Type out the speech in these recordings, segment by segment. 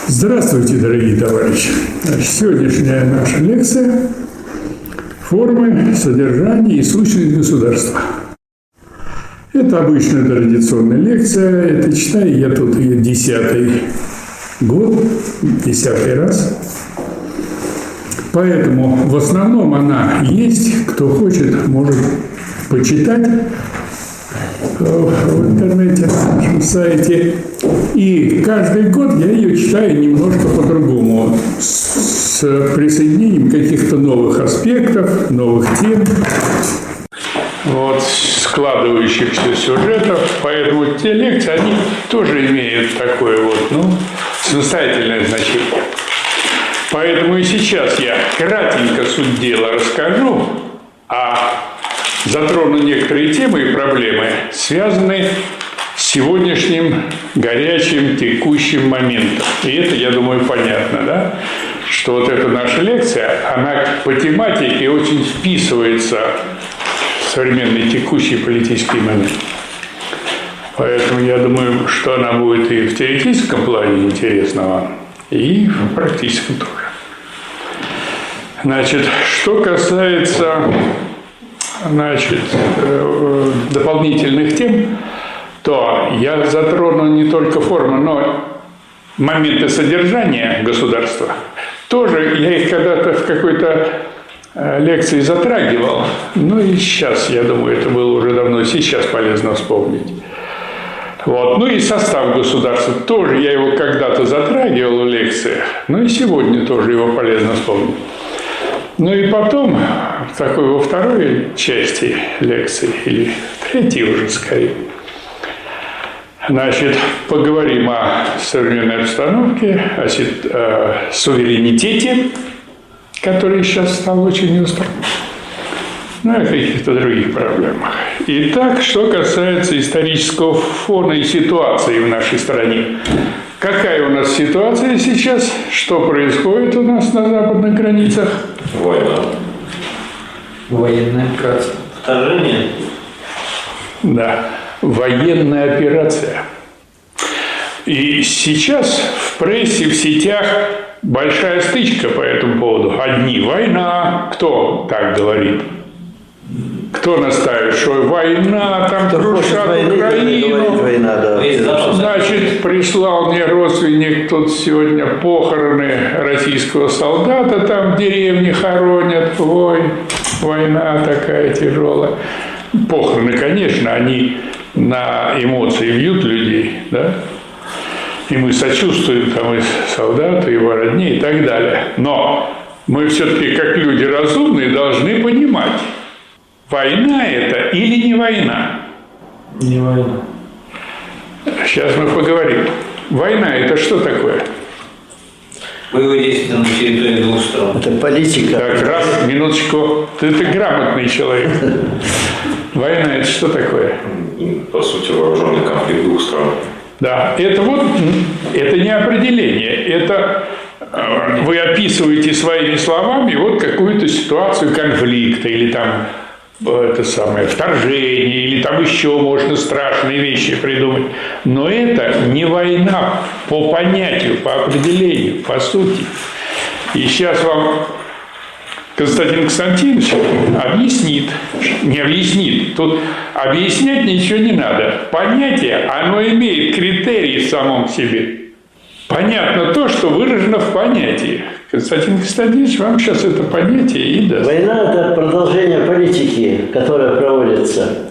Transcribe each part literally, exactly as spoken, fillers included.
Здравствуйте, дорогие товарищи! Сегодняшняя наша лекция «Формы, содержание и сущность государства». Это обычная традиционная лекция. Это читаю я тут ее десятый год, десятый раз. Поэтому в основном она есть. Кто хочет, может почитать в интернете, на нашем сайте. И каждый год я ее читаю немножко по-другому, с присоединением каких-то новых аспектов, новых тем, вот, складывающихся сюжетов. Поэтому те лекции, они тоже имеют такое вот, ну, самостоятельное значение. Поэтому и сейчас я кратенько суть дела расскажу, а затрону некоторые темы и проблемы, связанные с сегодняшним горячим, текущим моментом. И это, я думаю, понятно, да? Что вот эта наша лекция, она по тематике очень вписывается в современный текущий политический момент. Поэтому я думаю, что она будет и в теоретическом плане интересного, и в практическом тоже. Значит, что касается, значит, дополнительных тем, то я затрону не только формы, но моменты содержания государства. Тоже я их когда-то в какой-то лекции затрагивал. Ну и сейчас, я думаю, это было уже давно, сейчас полезно вспомнить. Вот. Ну и состав государства. Тоже я его когда-то затрагивал в лекциях, но и сегодня тоже его полезно вспомнить. Ну и потом, в такой во второй части лекции, или третьей уже скорее, значит, поговорим о современной обстановке, о, о суверенитете, который сейчас стал очень острым, ну и о каких-то других проблемах. Итак, что касается исторического фона и ситуации в нашей стране. Какая у нас ситуация сейчас? Что происходит у нас на западных границах? Война. Военная операция. Вторжение? Да, военная операция. И сейчас в прессе, в сетях большая стычка по этому поводу. Одни – война. Кто так говорит? Кто настаивает, что война, там крушат Украину? Война, да. Значит, прислал мне родственник тут сегодня похороны российского солдата, там в деревне хоронят. Ой, война такая тяжелая. Похороны, конечно, они на эмоции бьют людей, да? И мы сочувствуем там и солдату, и его родне, и так далее. Но мы все-таки, как люди разумные, должны понимать, война это или не война? Не война. Сейчас мы поговорим. Война это что такое? Боевые действия на территории двух стран. Это политика. Так, раз, минуточку. Ты, ты грамотный человек. Война это что такое? По сути, вооруженный конфликт двух стран. Да, это вот, это не определение, это э, вы описываете своими словами вот какую-то ситуацию конфликта или там это самое вторжение или там еще можно страшные вещи придумать, но это не война по понятию, по определению, по сути. И сейчас вам Константин Константинович объяснит, не объяснит, тут объяснять ничего не надо. Понятие, оно имеет критерии в самом себе. Понятно то, что выражено в понятии. Константин Константинович вам сейчас это понятие и даст. Война – это продолжение политики, которая проводится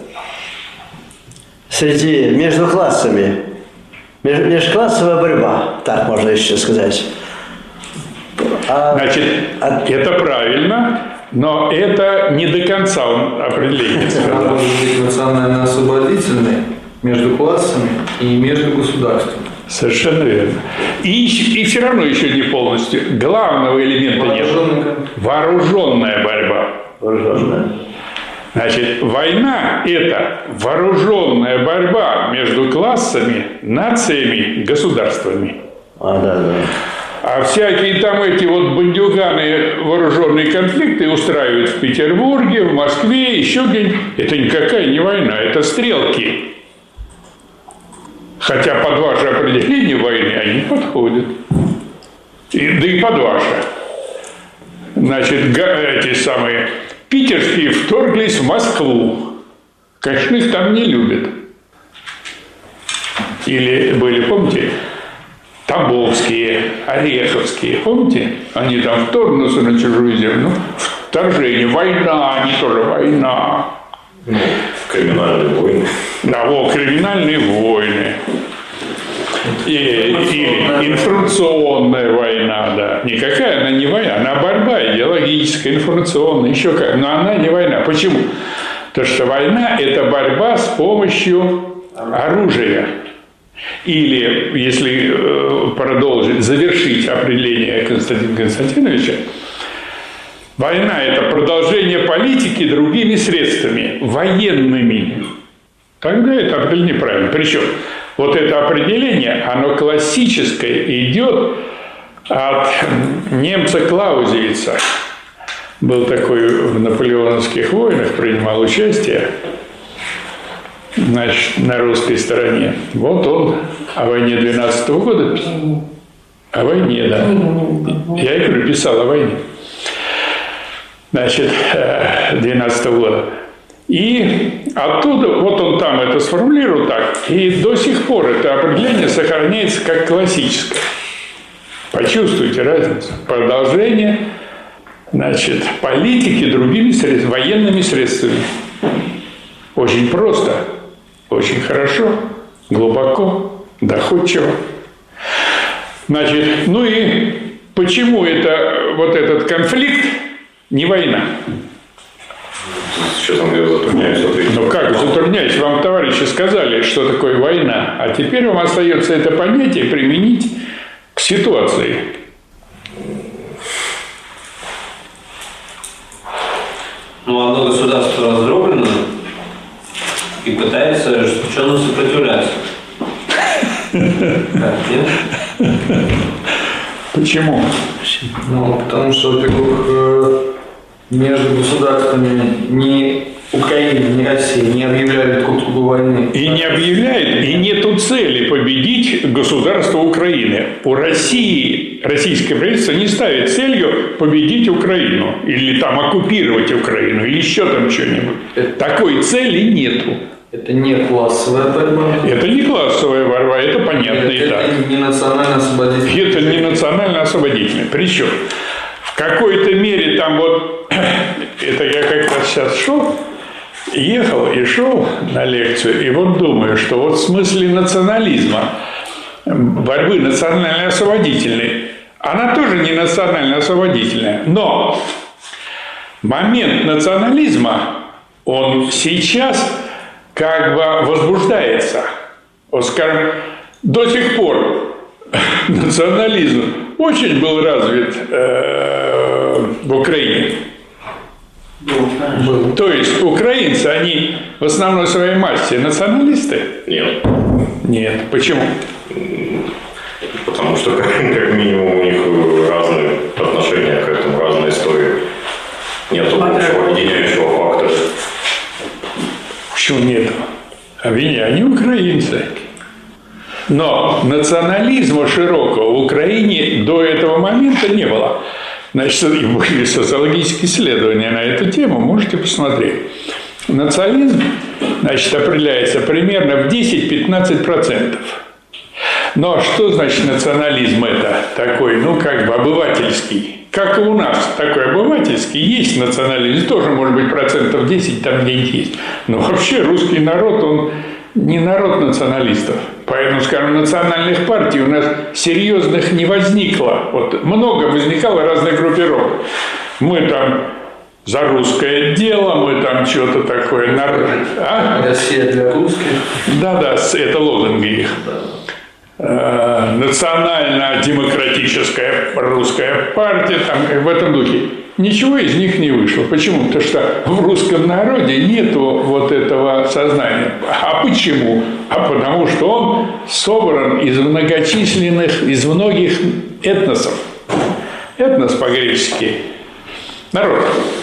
среди, между классами. Меж, межклассовая борьба, так можно еще сказать. А, Значит, а... это правильно, но это не до конца он определение сказал. Она может быть национально-освободительной между классами и между государствами. Совершенно верно. И, и все равно еще не полностью. Главного элемента нет. Вооруженная борьба. Вооруженная. Значит, война – это вооруженная борьба между классами, нациями, государствами. А, да, да. А всякие там эти вот бандюганы вооруженные конфликты устраивают в Петербурге, в Москве, еще где-нибудь. Это никакая не война, это стрелки. Хотя под ваше определение войны они подходят. И, да и под ваше. Значит, эти самые питерские вторглись в Москву. Кочных там не любят. Или были, помните, Тамбовские, Ореховские, помните? Они там вторгнутся на чужую землю. Ну, вторжение, война, не тоже война. Ну, криминальные войны. Да, вот, криминальные войны. И, и информационная война, да. Никакая она не война, она борьба идеологическая, информационная, еще как. Но она не война. Почему? Потому что война – это борьба с помощью оружия. Или, если продолжить, завершить определение Константина Константиновича, война – это продолжение политики другими средствами, военными. Тогда это определение правильно. Причем вот это определение, оно классическое, идет от немца Клаузевица. Был такой в наполеоновских войнах, принимал участие, значит, на русской стороне. Вот он о войне двенадцатого года писал. О войне, да. Я и говорю, писал о войне. Значит, двенадцатого года. И оттуда, вот он там это сформулировал так, и до сих пор это определение сохраняется как классическое. Почувствуйте разницу. Продолжение, значит, политики другими средствами, военными средствами. Очень просто, очень хорошо, глубоко, доходчиво. Значит, ну и почему это, вот этот конфликт не война? Сейчас он я затрудняюсь ответить. Ну как затрудняюсь? Вам товарищи сказали, что такое война, а теперь вам остается это понятие применить к ситуации. Ну, одно государство раздроблено и пытается ожесточенно сопротивляться. Как, нет? Почему? Ну, потому что, во-первых, между государствами ни Украина, ни Россия не объявляли друг другу войны. И не объявляет, и нету цели победить государство Украины. У России, российское правительство не ставит целью победить Украину. Или там оккупировать Украину, или еще там что-нибудь. Это... Такой цели нету. Это не классовая борьба. Это не классовая борьба, это понятно это, и так. Это не национально-освободительная. Это не национально-освободительная. Причем в какой-то мере там вот, это я как раз сейчас шел, ехал и шел на лекцию, и вот думаю, что вот в смысле национализма, борьбы национально-освободительной, она тоже не национально-освободительная, но момент национализма, он сейчас как бы возбуждается. Вот, скажем, до сих пор национализм очень был развит э, в Украине. Был. То есть украинцы, они в основной своей массе националисты? Нет. Нет. Почему? Потому что, как, как минимум, у них разные отношения к этому, разные истории. Нет общего объединяющего фактора. Почему нет? Они, они украинцы. Но национализма широкого в Украине до этого момента не было. Значит, были социологические исследования на эту тему, можете посмотреть. Национализм, значит, определяется примерно в десять-пятнадцать процентов. Но что значит национализм это? Такой, ну, как бы обывательский. Как и у нас такой обывательский, есть национализм, тоже может быть процентов десять там где-нибудь есть. Но вообще русский народ, он не народ националистов. Поэтому, скажем, национальных партий у нас серьезных не возникло. Вот много возникало разных группировок. Мы там за русское дело, мы там что-то такое. А? Россия для русских. Да-да, это лозунги их. Национально-демократическая русская партия, там, в этом духе. Ничего из них не вышло. Почему? Потому что в русском народе нету вот этого сознания. А почему? А потому что он собран из многочисленных, из многих этносов. Этнос по-гречески. Народ.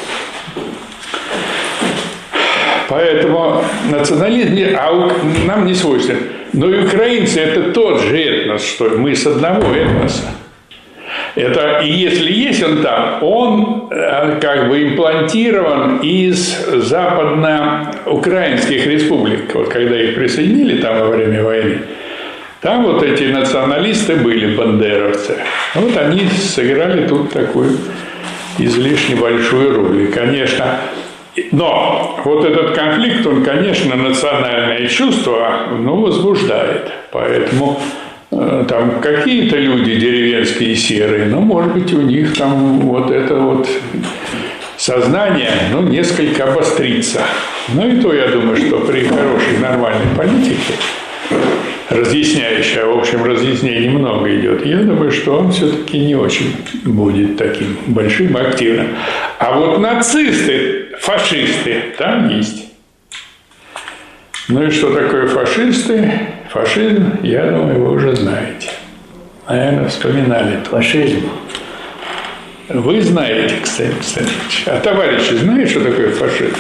Поэтому национализм а нам не свойственен. Но и украинцы – это тот же этнос, что мы с одного этноса. Это, и если есть он там, он как бы имплантирован из западноукраинских республик. Вот когда их присоединили там во время войны, там вот эти националисты были, бандеровцы. Вот они сыграли тут такую излишне большую роль. И, конечно, но вот этот конфликт, он, конечно, национальное чувство, ну, возбуждает. Поэтому э, там какие-то люди деревенские серые, но, может быть, у них там вот это вот сознание, ну, несколько обострится. Ну, и то, я думаю, что при хорошей, нормальной политике, разъясняющей, а в общем, разъяснений много идет, я думаю, что он все-таки не очень будет таким большим и активным. А вот нацисты, фашисты там есть. Ну и что такое фашисты? Фашизм, я думаю, вы уже знаете. Наверное, вспоминали. Фашизм. Вы знаете, кстати, кстати. А товарищи знают, что такое фашизм?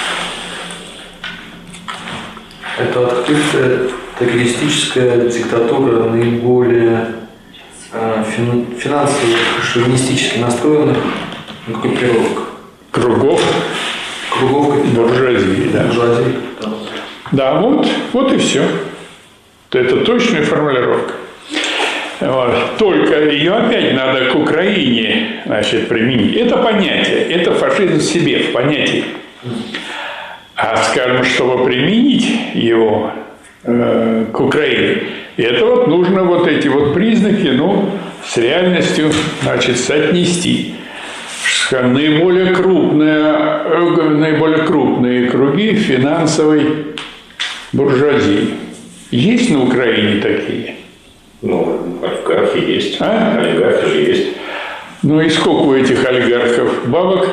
Это открытая тоталитаристическая диктатура наиболее э, фин, финансово шовинистически настроенных группировок. Кругов. Кругов буржуазии, да. Буржуазии, да. Да, вот, вот и все. Это точная формулировка. Вот. Только ее опять надо к Украине, значит, применить. Это понятие, это фашизм в себе, в понятии. А, скажем, чтобы применить его э, к Украине, это вот нужно вот эти вот признаки, ну, с реальностью, значит, соотнести. Наиболее крупные, наиболее крупные круги финансовой буржуазии. Есть на Украине такие? Ну, олигархи есть. А? Олигархи же есть. Ну и сколько у этих олигархов бабок?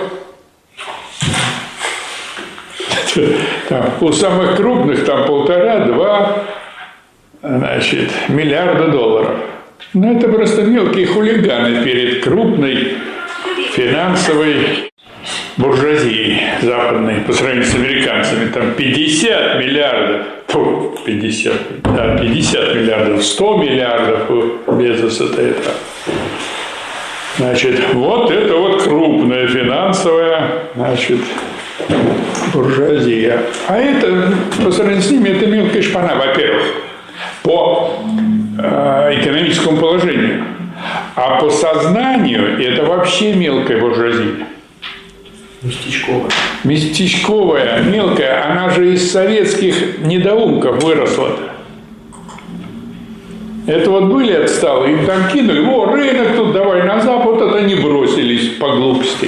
Там, у самых крупных там полтора-два, значит, миллиарда долларов. Ну, это просто мелкие хулиганы перед крупной финансовой буржуазией западной по сравнению с американцами. Там пятьдесят миллиардов, фу, пятьдесят, да, пятьдесят миллиардов, сто миллиардов у Безоса-то это. Значит, вот это вот крупная финансовая, значит, буржуазия. А это, по сравнению с ними, это мелкая шпана, во-первых, по э, экономическому положению. А по сознанию это вообще мелкая буржуазия. Местечковая. Местечковая, мелкая, она же из советских недоумков выросла-то. Это вот были отсталые, им там кинули, о, рынок тут, давай на запад, вот это они бросились по глупости.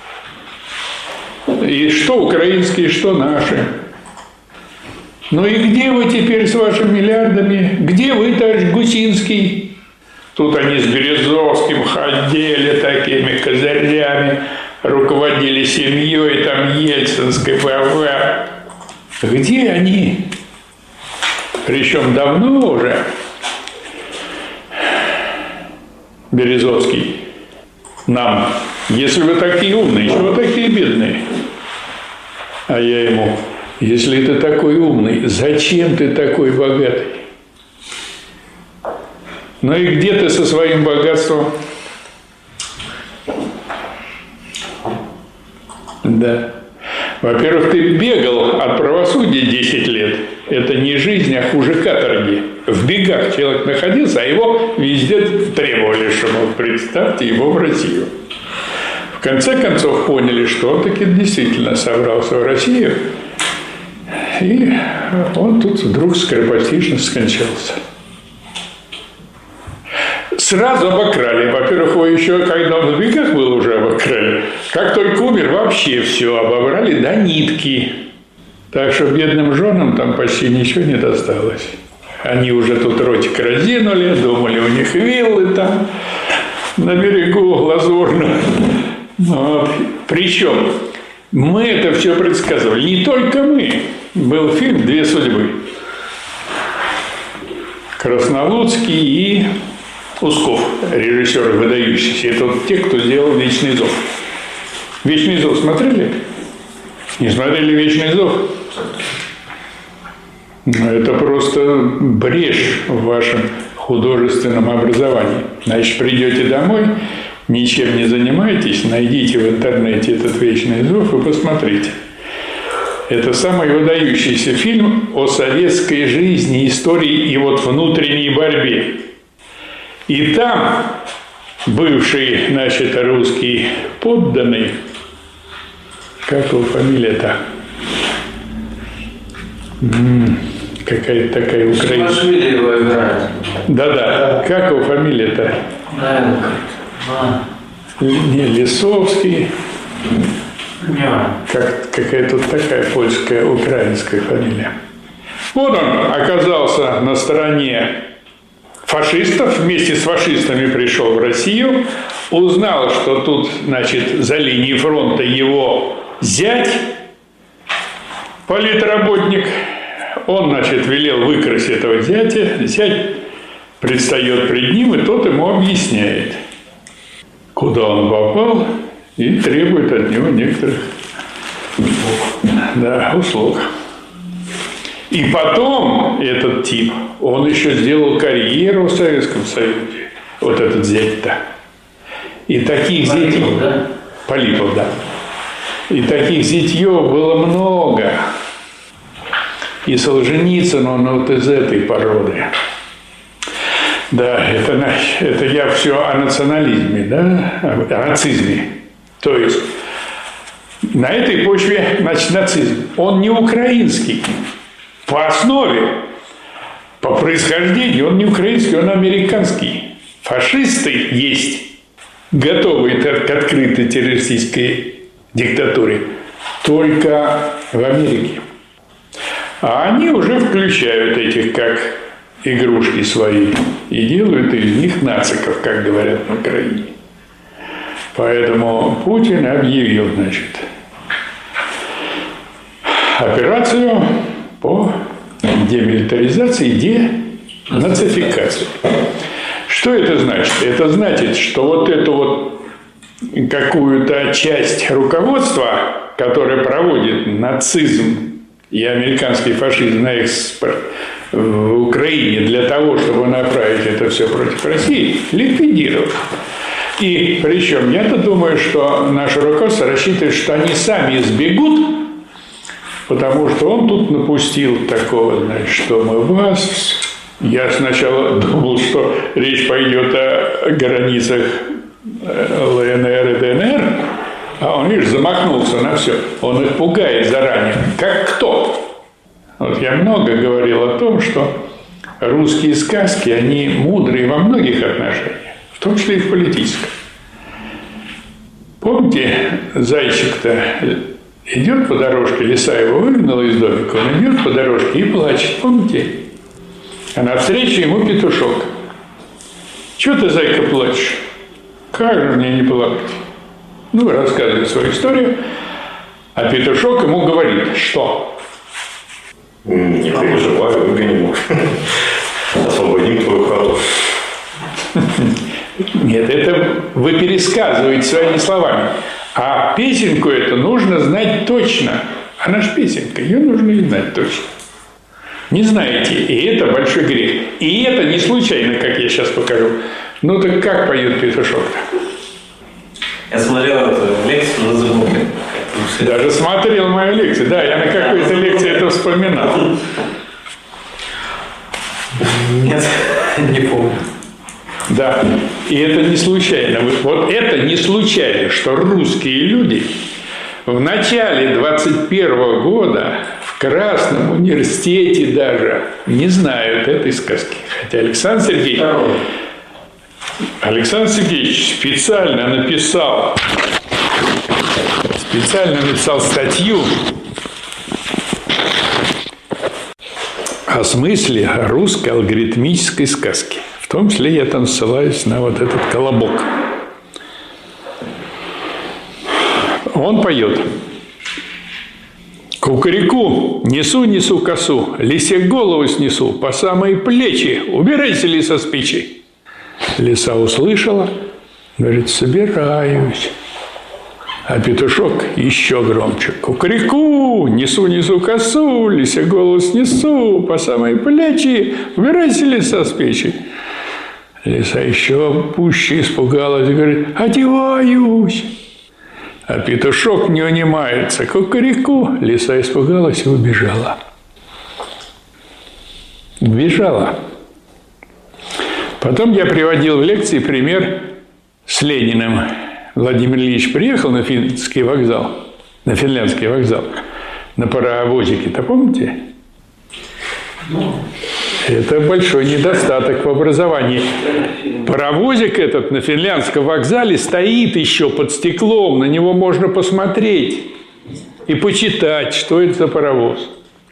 И что украинские, что наши. Ну и где вы теперь с вашими миллиардами? Где вы, товарищ Гусинский? Тут они с Березовским ходили такими козырями, руководили семьей, там Ельцинской, ВВ. Где они? Причем давно уже. Березовский нам, если вы такие умные, чего вы такие бедные? А я ему, если ты такой умный, зачем ты такой богатый? Ну и где ты со своим богатством? Да. Во-первых, ты бегал от правосудия десять лет. Это не жизнь, а хуже каторги. В бегах человек находился, а его везде требовали, чтобы, представьте, его в Россию. В конце концов поняли, что он таки действительно собрался в Россию. И он тут вдруг скоропостижно скончался. Сразу обокрали. Во-первых, его еще, когда он в бегах был, уже обокрали. Как только умер, вообще все обобрали до нитки. Так что бедным женам там почти ничего не досталось. Они уже тут ротик разинули, думали, у них виллы там на берегу Лазурного. Вот. Причем мы это все предсказывали. Не только мы. Был фильм «Две судьбы». Краснолудский и Усков, режиссеры выдающиеся. Это вот те, кто сделал «Вечный зов». «Вечный зов» смотрели? Не смотрели «Вечный зов»? Это просто брешь в вашем художественном образовании. Значит, придете домой, ничем не занимаетесь, найдите в интернете этот «Вечный зов» и посмотрите. Это самый выдающийся фильм о советской жизни, истории и вот внутренней борьбе. И там бывший, значит, русский подданный, как его фамилия-то? М-м, какая-то такая украинская. Машвили его играет. Да-да, как его фамилия-то? Да, Не Лисовский. Не. Как, какая тут такая польская, украинская фамилия. Вот он оказался на стороне фашистов, вместе с фашистами пришел в Россию, узнал, что тут, значит, за линией фронта его зять, политработник, он, значит, велел выкрасть этого зятя, зять предстает пред ним, и тот ему объясняет, куда он попал, и требует от него некоторых да, услуг. И потом этот тип, он еще сделал карьеру в Советском Союзе. Вот этот зять-то. И таких зятьев... Да? Полипов, да. И таких зятьев было много. И Солженицын, он вот из этой породы. Да, это, это я все о национализме, да, о нацизме. То есть на этой почве, значит, нацизм. Он не украинский. По основе, по происхождению он не украинский, он американский. Фашисты есть, готовые к открытой террористической диктатуре, только в Америке. А они уже включают этих как игрушки свои и делают из них нациков, как говорят на Украине. Поэтому Путин объявил, значит, операцию по демилитаризации и денацификации. Что это значит? Это значит, что вот эту вот какую-то часть руководства, которое проводит нацизм и американский фашизм на экспорт в Украине для того, чтобы направить это все против России, ликвидировать. И причем я-то думаю, что наше руководство рассчитывает, что они сами сбегут, потому что он тут напустил такого, значит, что мы вас... Я сначала думал, что речь пойдет о границах ЛНР и ДНР, а он, видишь, замахнулся на все. Он их пугает заранее. Как кто? Вот я много говорил о том, что русские сказки, они мудрые во многих отношениях, в том числе и в политическом. Помните, зайчик-то идет по дорожке, лиса его выгнала из домика, он идет по дорожке и плачет, помните? А навстречу ему петушок. Чего ты, зайка, плачешь? Как же мне не плакать? Ну, рассказывает свою историю. А петушок ему говорит, что? Не переживай, выгоним. Освободим твою хату. Нет, это вы пересказываете своими словами. А песенку эту нужно знать точно. Она ж песенка, ее нужно и знать точно. Не знаете, и это большой грех. И это не случайно, как я сейчас покажу. Ну так как поет петушок-то? Я смотрел эту лекцию на Зубуке. Даже смотрел мою лекцию. Да, я на какой-то лекции это вспоминал. Нет, не помню. Да, и это не случайно. Вот это не случайно, что русские люди в начале двадцать первого года в Красном университете даже не знают этой сказки. Хотя Александр Сергеевич, Александр Сергеевич специально написал, специально написал статью о смысле русской алгоритмической сказки. В том числе я там ссылаюсь на вот этот колобок. Он поет. Кукареку, несу, несу косу, лисе голову снесу, по самые плечи, убирайся, лиса, с печи. Лиса услышала, говорит, собираюсь. А петушок еще громче. Кукареку, несу, несу косу, лисе голову снесу, по самые плечи, убирайся, лиса, с печи. Лиса еще пуще испугалась и говорит: одеваюсь. А петушок не унимается: кукареку. Лиса испугалась и убежала. Убежала. Потом я приводил в лекции пример с Лениным. Владимир Ильич приехал на финский вокзал, на финляндский вокзал, на паровозике-то, помните? Это большой недостаток в образовании. Паровозик этот на финляндском вокзале стоит еще под стеклом, на него можно посмотреть и почитать, что это за паровоз.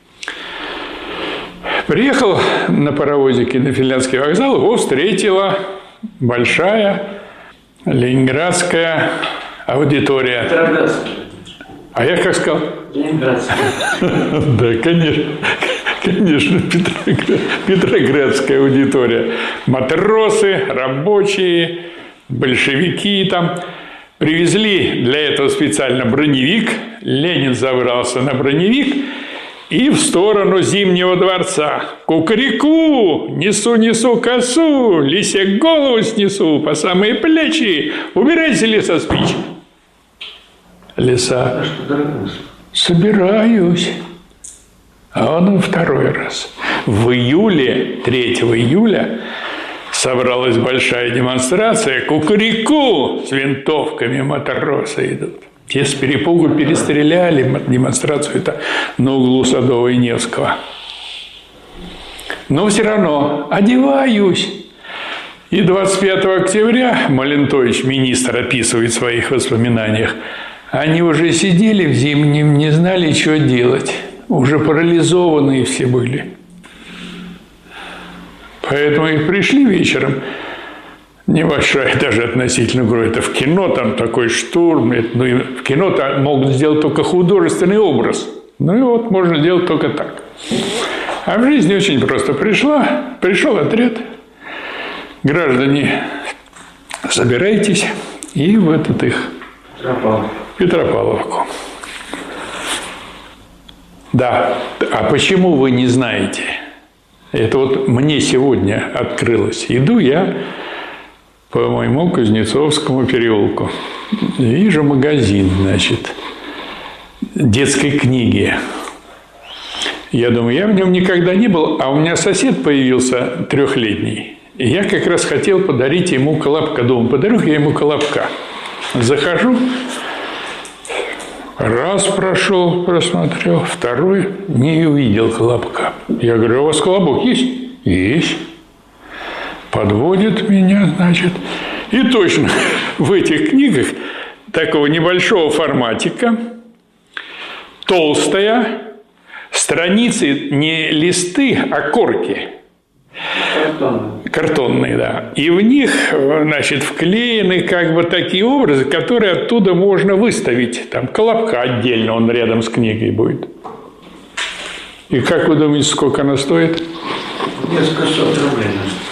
Приехал на паровозике на финляндский вокзал, его встретила большая ленинградская аудитория. Петроградская. А я как сказал? Ленинградская. Да, конечно. Конечно, петроградская аудитория. Матросы, рабочие, большевики там. Привезли для этого специально броневик. Ленин забрался на броневик и в сторону Зимнего дворца. Кукареку! Несу, несу косу, лисе голову снесу по самые плечи. Убирайся, лиса, с печи. Лиса: собираюсь. А он второй раз. В июле, третьего июля, собралась большая демонстрация. Кукареку! С винтовками матросы идут. Те с перепугу перестреляли демонстрацию-то на углу Садового и Невского. Но все равно одеваюсь. И двадцать пятого октября Малентович, министр, описывает в своих воспоминаниях: они уже сидели в Зимнем, не знали, что делать. Уже парализованные все были. Поэтому и пришли вечером. Небольшая даже относительно группа. Это в кино там такой штурм. Это, ну, и в кино там могут сделать только художественный образ. Ну и вот можно сделать только так. А в жизни очень просто. Пришла, пришел отряд. Граждане, собирайтесь. И в этот их Петропавловку. Петропавловку. Да. А почему вы не знаете? Это вот мне сегодня открылось. Иду я по моему Кузнецовскому переулку. Вижу магазин, значит, детской книги. Я думаю, я в нем никогда не был, а у меня сосед появился трехлетний. И я как раз хотел подарить ему колобка. Думаю, подарю я ему колобка. Захожу. Раз прошел, просмотрел, второй не увидел колобка. Я говорю: а у вас колобок есть? Есть. Подводит меня, значит. И точно в этих книгах такого небольшого форматика, толстая, страницы не листы, а корки. Картонные. Картонные, да. И в них, значит, вклеены как бы такие образы, которые оттуда можно выставить. Там колобка отдельно, он рядом с книгой будет. И как вы думаете, сколько она стоит? Несколько сот рублей.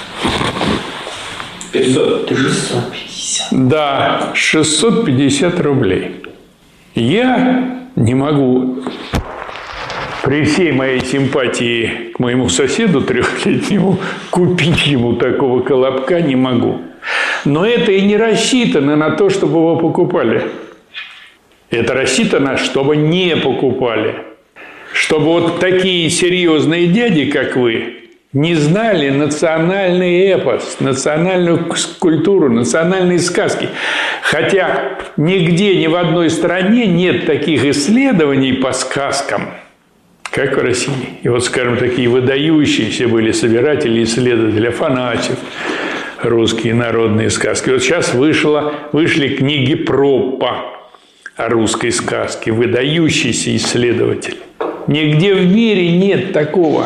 пятьсот. шестьсот пятьдесят. Да, шестьсот пятьдесят рублей. Я не могу... При всей моей симпатии к моему соседу трехлетнему купить ему такого колобка не могу. Но это и не рассчитано на то, чтобы его покупали. Это рассчитано, чтобы не покупали. Чтобы вот такие серьезные дяди, как вы, не знали национальный эпос, национальную культуру, национальные сказки. Хотя нигде, ни в одной стране нет таких исследований по сказкам, как в России. И вот, скажем, такие выдающиеся были собиратели, исследователи, Афанасьев, русские народные сказки. Вот сейчас вышло, вышли книги Проппа о русской сказке, выдающийся исследователь. Нигде в мире нет такого.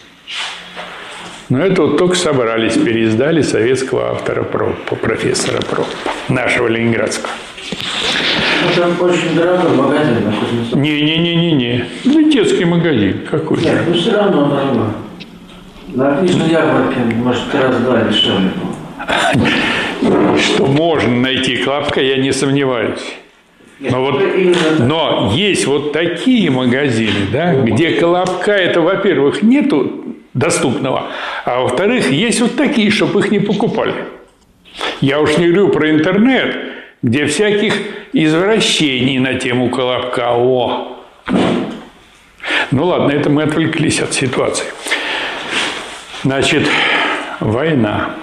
Но это вот только собрались, переиздали советского автора Проппа, профессора Проппа, нашего ленинградского. Это очень дорогой магазин на Кузнецов. Не-не-не-не-не. Ну, детский магазин какой-то. Нет, ну все равно дорогой. На книжной ярмарке, может, раз-два дешевле было. Что можно найти колобка, я не сомневаюсь. Но, вот, но есть вот такие магазины, да, где колобка, это, во-первых, нету доступного. А во-вторых, есть вот такие, чтобы их не покупали. Я уж не говорю про интернет, где всяких извращений на тему Колобка. О! Ну ладно, это мы отвлеклись от ситуации. Значит, война.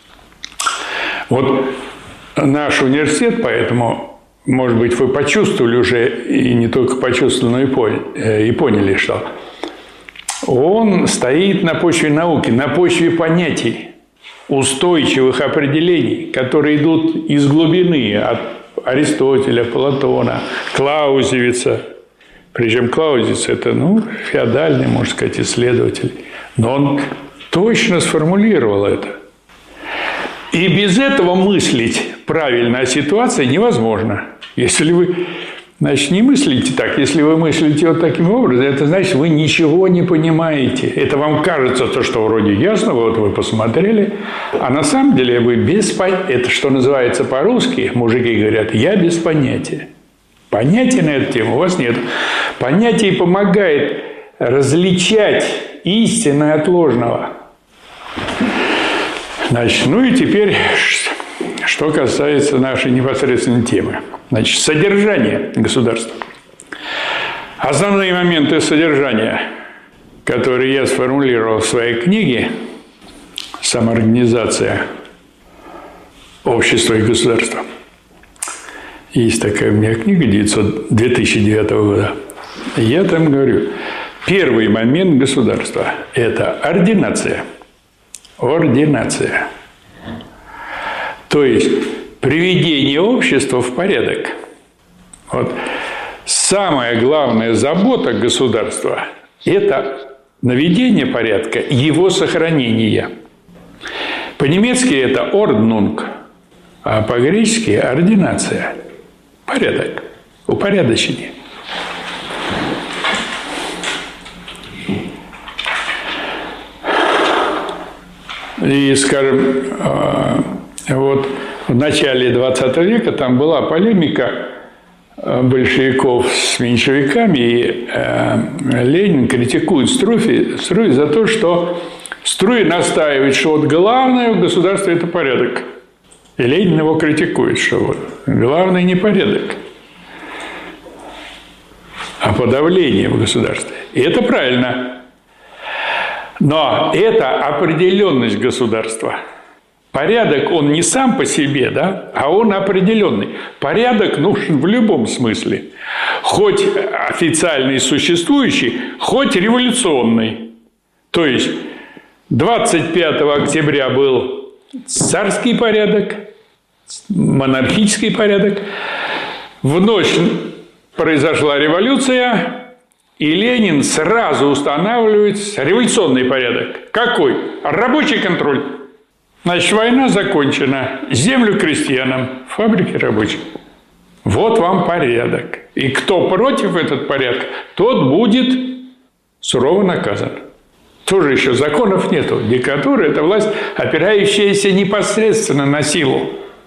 Вот наш университет, поэтому, может быть, вы почувствовали уже, и не только почувствовали, но и поняли, и поняли, что он стоит на почве науки, на почве понятий, устойчивых определений, которые идут из глубины, от Аристотеля, Платона, Клаузевица. Причем Клаузевиц – это, ну, феодальный, можно сказать, исследователь. Но он точно сформулировал это. И без этого мыслить правильно о ситуации невозможно. Если вы, значит, не мыслите так, если вы мыслите вот таким образом, это значит, вы ничего не понимаете. Это вам кажется то, что вроде ясно, вот вы посмотрели, а на самом деле вы без понятия. Это что называется по-русски, мужики говорят, я без понятия. Понятия на эту тему у вас нет. Понятие помогает различать истинное от ложного. Значит, ну и теперь, что касается нашей непосредственной темы. Значит, содержание государства. Основные моменты содержания, которые я сформулировал в своей книге «Самоорганизация общества и государства». Есть такая у меня книга две тысячи девятого года. Я там говорю, первый момент государства – это ординация. Ординация. То есть, приведение общества в порядок. Вот. Самая главная забота государства – это наведение порядка, его сохранение. По-немецки это «орднунг», а по-гречески – «ординация». Порядок, упорядочение. И, скажем, вот в начале двадцатого века там была полемика большевиков с меньшевиками, и Ленин критикует Струи, Струи за то, что Струи настаивает, что вот главное в государстве – это порядок. И Ленин его критикует, что вот главное не порядок, а подавление в государстве. И это правильно. Но это определенность государства. Порядок, он не сам по себе, да, а он определенный. Порядок нужен в любом смысле. Хоть официальный существующий, хоть революционный. То есть двадцать пятого октября был царский порядок, монархический порядок. В ночь произошла революция, и Ленин сразу устанавливает революционный порядок. Какой? Рабочий контроль. Значит, война закончена. Землю крестьянам, фабрики рабочих. Вот вам порядок. И кто против этого порядка, тот будет сурово наказан. Тоже еще законов нету. Диктатура – это власть, опирающаяся непосредственно на силу.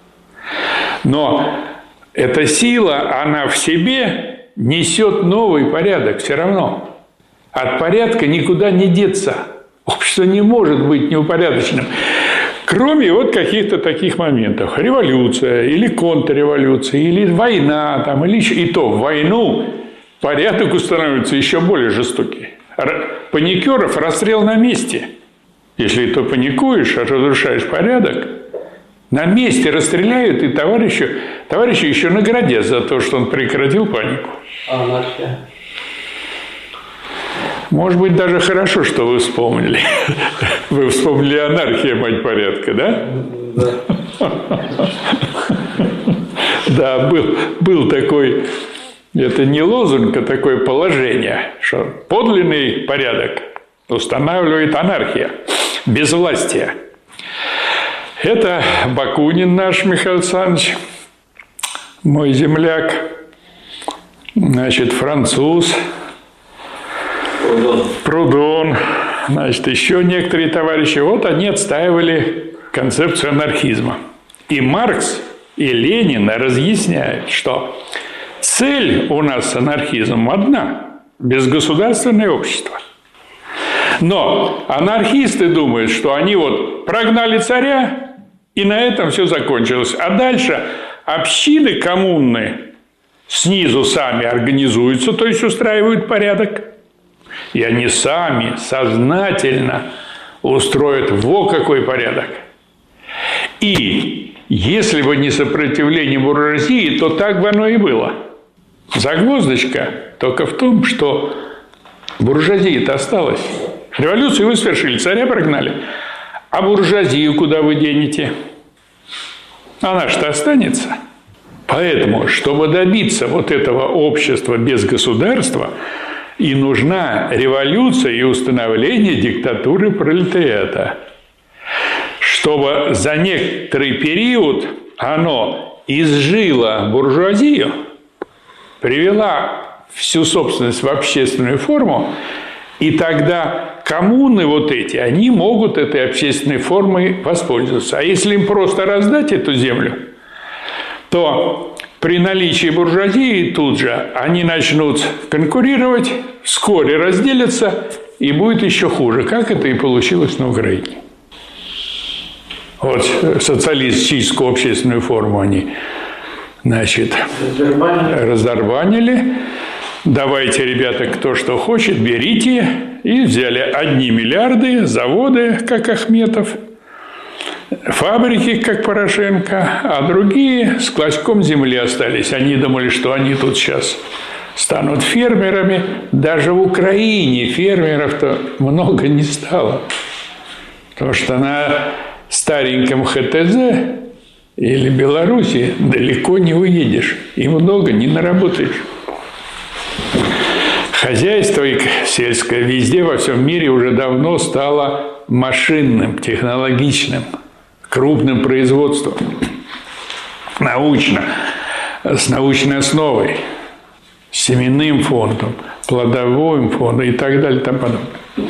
Но эта сила, она в себе несет новый порядок все равно. От порядка никуда не деться. Общество не может быть неупорядоченным. Кроме вот каких-то таких моментов. Революция или контрреволюция, или война, там, или еще. И то в войну порядок устанавливается еще более жестокий. Паникеров расстрел на месте. Если ты паникуешь, разрушаешь порядок, на месте расстреляют, и товарищу, товарищу еще наградят за то, что он прекратил панику. Анархия. Может быть, даже хорошо, что вы вспомнили. Вы вспомнили анархию, мать порядка, да? Да. Да, был, был такой, это не лозунг, а такое положение, что подлинный порядок устанавливает анархия, безвластие. Это Бакунин наш, Михаил Александрович, мой земляк, значит, француз, Прудон. Прудон, значит, еще некоторые товарищи. Вот они отстаивали концепцию анархизма. И Маркс, и Ленин разъясняют, что цель у нас с анархизмом одна – безгосударственное общество. Но анархисты думают, что они вот прогнали царя, и на этом все закончилось. А дальше общины коммунные снизу сами организуются, то есть устраивают порядок. И они сами сознательно устроят во какой порядок. И если бы не сопротивление буржуазии, то так бы оно и было. Загвоздочка только в том, что буржуазия-то осталась. Революцию вы совершили, царя прогнали. А буржуазию куда вы денете? Она что останется. Поэтому, чтобы добиться вот этого общества без государства, и нужна революция и установление диктатуры пролетариата. Чтобы за некоторый период оно изжило буржуазию, привела всю собственность в общественную форму, и тогда коммуны вот эти, они могут этой общественной формой воспользоваться. А если им просто раздать эту землю, то при наличии буржуазии тут же они начнут конкурировать, вскоре разделятся, и будет еще хуже, как это и получилось на Украине. Вот социалистическую общественную форму они, значит, разорванили. Давайте, ребята, кто что хочет, берите. И взяли одни миллиарды, заводы, как Ахметов, фабрики, как Порошенко, а другие с клочком земли остались. Они думали, что они тут сейчас станут фермерами. Даже в Украине фермеров-то много не стало. Потому что на стареньком ХТЗ или Беларуси далеко не уедешь. И много не наработаешь. Хозяйство сельское везде во всем мире уже давно стало машинным, технологичным, крупным производством, научно, с научной основой, с семенным фондом, плодовым фондом и так далее и тому подобное.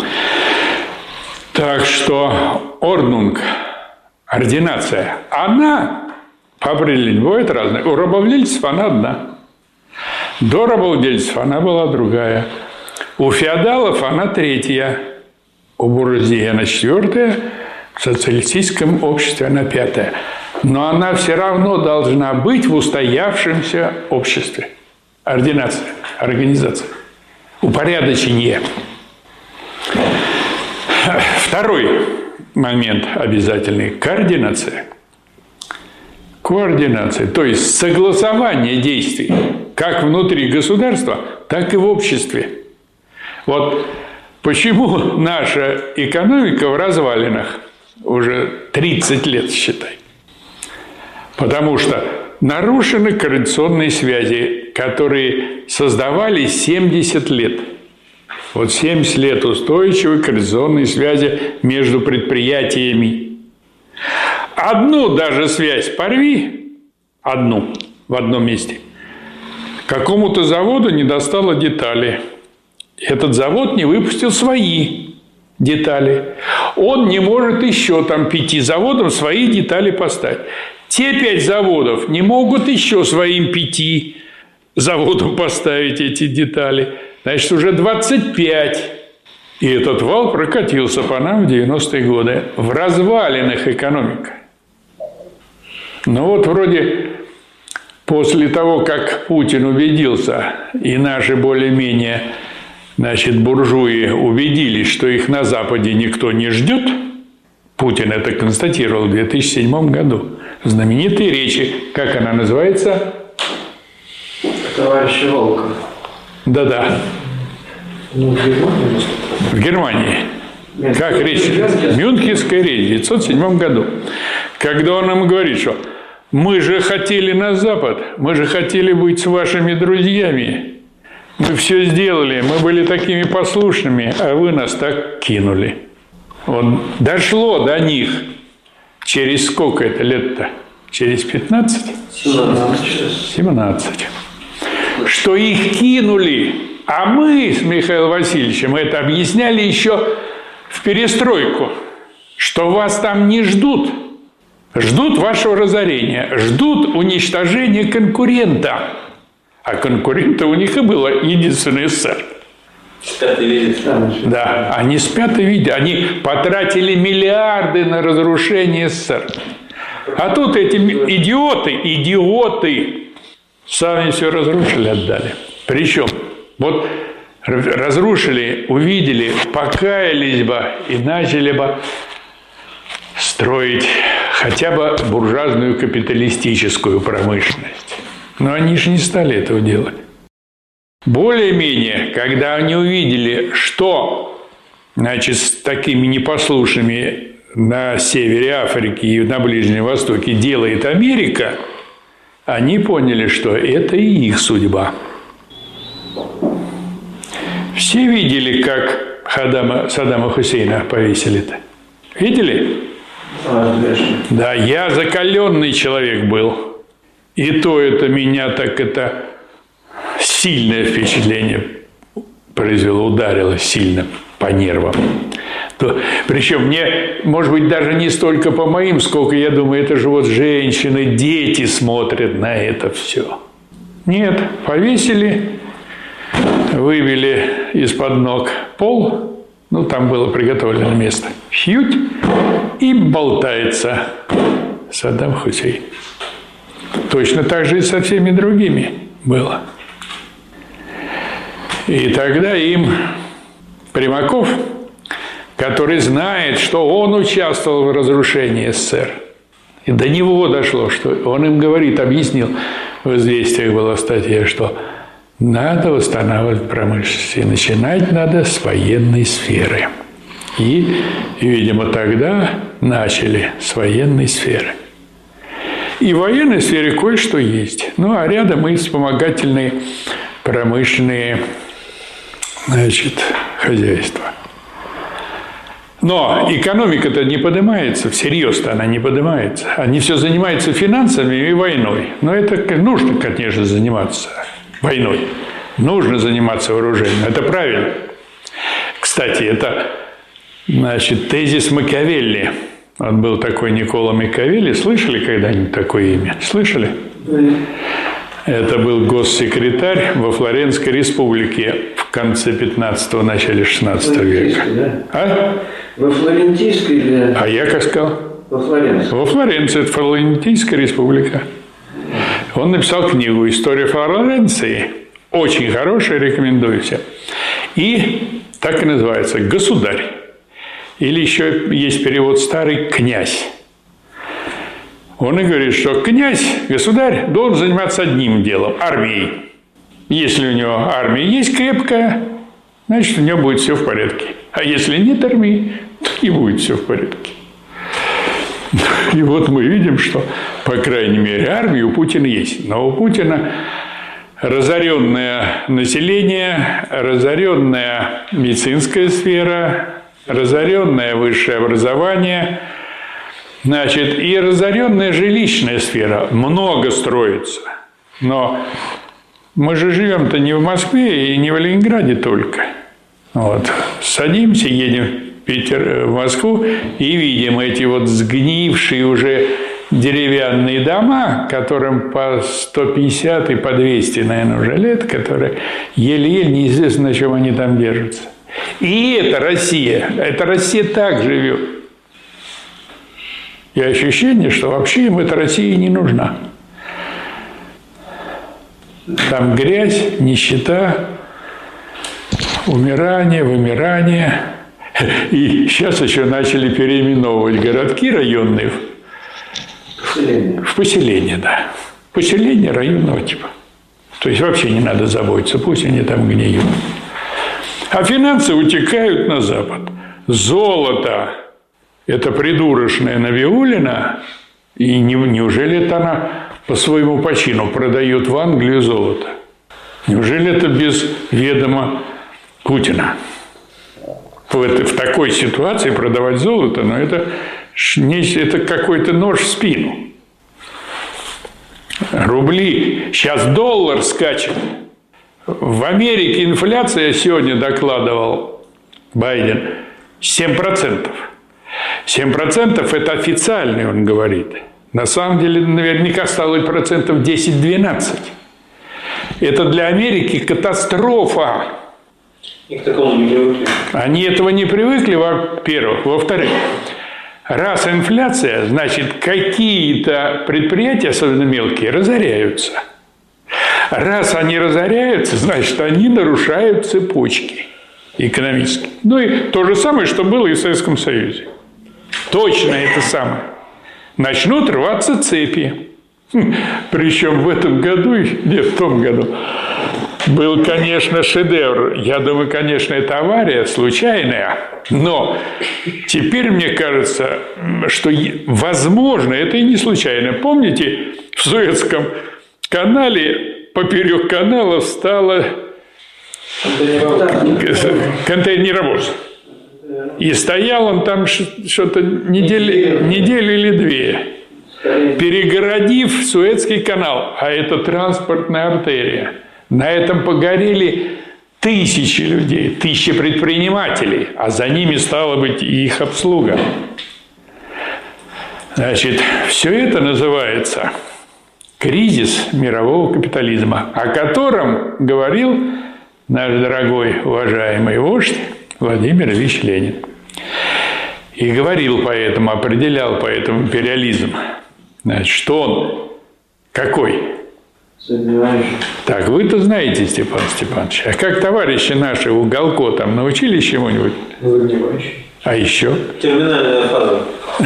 Так что орднунг, ординация, она по определению бывает разная. У рабовладельцев она одна. До рабовладельцев она была другая. У феодалов она третья. У буржуазии она четвертая. В социалистическом обществе она пятая. Но она все равно должна быть в устоявшемся обществе. Ординация, организация, упорядочение. Второй момент обязательный – координация. Координация, то есть согласование действий как внутри государства, так и в обществе. Вот почему наша экономика в развалинах уже тридцать лет, считай. Потому что нарушены координационные связи, которые создавались семьдесят лет. Вот семьдесят лет устойчивой координационной связи между предприятиями. Одну даже связь порви, одну в одном месте. Какому-то заводу не достало детали. Этот завод не выпустил свои детали. Он не может еще там пяти заводам свои детали поставить. Те пять заводов не могут еще своим пяти заводам поставить эти детали. Значит, уже двадцать пять. И этот вал прокатился по нам в девяностые годы. В развалинах экономика. Ну вот вроде после того, как Путин убедился, и наши более-менее, значит, буржуи убедились, что их на Западе никто не ждет, Путин это констатировал в две тысячи седьмом году. Знаменитые речи, как она называется? Товарищи Волков. Да-да. Ну, в Германии. В Германии. Как речь? Мюнхенская речь в девятьсот седьмом году. Когда он нам говорит, что мы же хотели на Запад, мы же хотели быть с вашими друзьями. Мы все сделали, мы были такими послушными, а вы нас так кинули. Вот дошло до них через сколько это лет-то? Через пятнадцать? семнадцать. Что их кинули. А мы с Михаилом Васильевичем это объясняли еще в перестройку, что вас там не ждут. Ждут вашего разорения, ждут уничтожения конкурента. А конкурента у них и было единственный СССР. Спят и видят. Да, они спят и видят. Они потратили миллиарды на разрушение СССР. А тут эти идиоты, идиоты сами все разрушили, отдали. Причем, вот разрушили, увидели, покаялись бы и начали бы строить хотя бы буржуазную капиталистическую промышленность. Но они же не стали этого делать. Более-менее, когда они увидели, что, значит, с такими непослушными на севере Африки и на Ближнем Востоке делает Америка, они поняли, что это и их судьба. Все видели, как Хаддама, Саддама Хусейна повесили-то? Видели? Да, я закаленный человек был. И то это меня так это сильное впечатление произвело, ударило сильно по нервам. То, причем мне, может быть, даже не столько по моим, сколько, я думаю, это же вот женщины, дети смотрят на это все. Нет, повесили, выбили из-под ног пол, ну, там было приготовлено место, хьють, и болтается Саддам Хусейн. Точно так же и со всеми другими было. И тогда им Примаков, который знает, что он участвовал в разрушении СССР, и до него дошло, что он им говорит, объяснил, в «Известиях» была статья, что надо восстанавливать промышленность, и начинать надо с военной сферы. И, видимо, тогда начали с военной сферы. И в военной сфере кое-что есть. Ну, а рядом и вспомогательные промышленные, значит, хозяйства. Но экономика-то не поднимается, всерьез-то она не поднимается. Они все занимаются финансами и войной. Но это нужно, конечно, заниматься войной. Нужно заниматься вооружением. Это правильно. Кстати, это, значит, тезис Макиавелли. Он был такой Никколо Макиавелли. Слышали когда-нибудь такое имя? Слышали? Это был госсекретарь во Флоренской республике в конце пятнадцатого, начале шестнадцатого века. Да? А? Во Флорентийской или... А я как сказал? Во Флоренции. Во Флоренции. Это Флорентийская республика. Он написал книгу «История Флоренции». Очень хорошая, рекомендую всем. И так и называется «Государь». Или еще есть перевод старый «Князь». Он и говорит, что князь, государь, должен заниматься одним делом – армией. Если у него армия есть крепкая, значит, у него будет все в порядке. А если нет армии, то не будет все в порядке. И вот мы видим, что, по крайней мере, армия у Путина есть. Но у Путина разоренное население, разоренная медицинская сфера, разоренное высшее образование, значит, и разоренная жилищная сфера. Много строится. Но мы же живем-то не в Москве и не в Ленинграде только. Вот. Садимся, едем в Питер, в Москву и видим эти вот сгнившие уже деревянные дома, которым по сто пятьдесят и по двести, наверное, уже лет, которые еле-еле неизвестно, на чем они там держатся. И это Россия. Это Россия так живет. И ощущение, что вообще им эта Россия не нужна. Там грязь, нищета, умирание, вымирание. И сейчас еще начали переименовывать городки районные Поселение. в поселение, да. Поселение районного типа. То есть вообще не надо заботиться, пусть они там гниют. А финансы утекают на Запад. Золото – это придурочная Набиуллина, и не, неужели это она по своему почину продает в Англию золото? Неужели это без ведома Путина? В, это, в такой ситуации продавать золото, но это, это какой-то нож в спину. Рубли. Сейчас доллар скачет. В Америке инфляция, сегодня докладывал Байден, семь процентов. семь процентов – это официальный, он говорит. На самом деле, наверняка стало процентов десять-двенадцать. Это для Америки катастрофа. И к такому не привыкли. Они этого не привыкли, во-первых. Во-вторых, раз инфляция, значит, какие-то предприятия, особенно мелкие, разоряются. Раз они разоряются, значит, они нарушают цепочки экономические. Ну и то же самое, что было и в Советском Союзе. Точно это самое. Начнут рваться цепи. Причем в этом году, нет, в том году, был, конечно, шедевр. Я думаю, конечно, это авария случайная. Но теперь мне кажется, что, возможно, это и не случайно. Помните, в Суэцком канале, поперек канала встала контейнеровоз. И стоял он там что-то неделю, неделю или две, перегородив Суэцкий канал. А это транспортная артерия. На этом погорели тысячи людей, тысячи предпринимателей, а за ними стала быть и их обслуга. Значит, все это называется кризис мирового капитализма, о котором говорил наш дорогой, уважаемый вождь Владимир Ильич Ленин. И говорил поэтому, определял поэтому империализм. Значит, что он какой? Так, вы-то знаете, Степан Степанович. А как товарищи наши в уголку там научились чему-нибудь? Загнивающий. А еще? Терминальная фаза.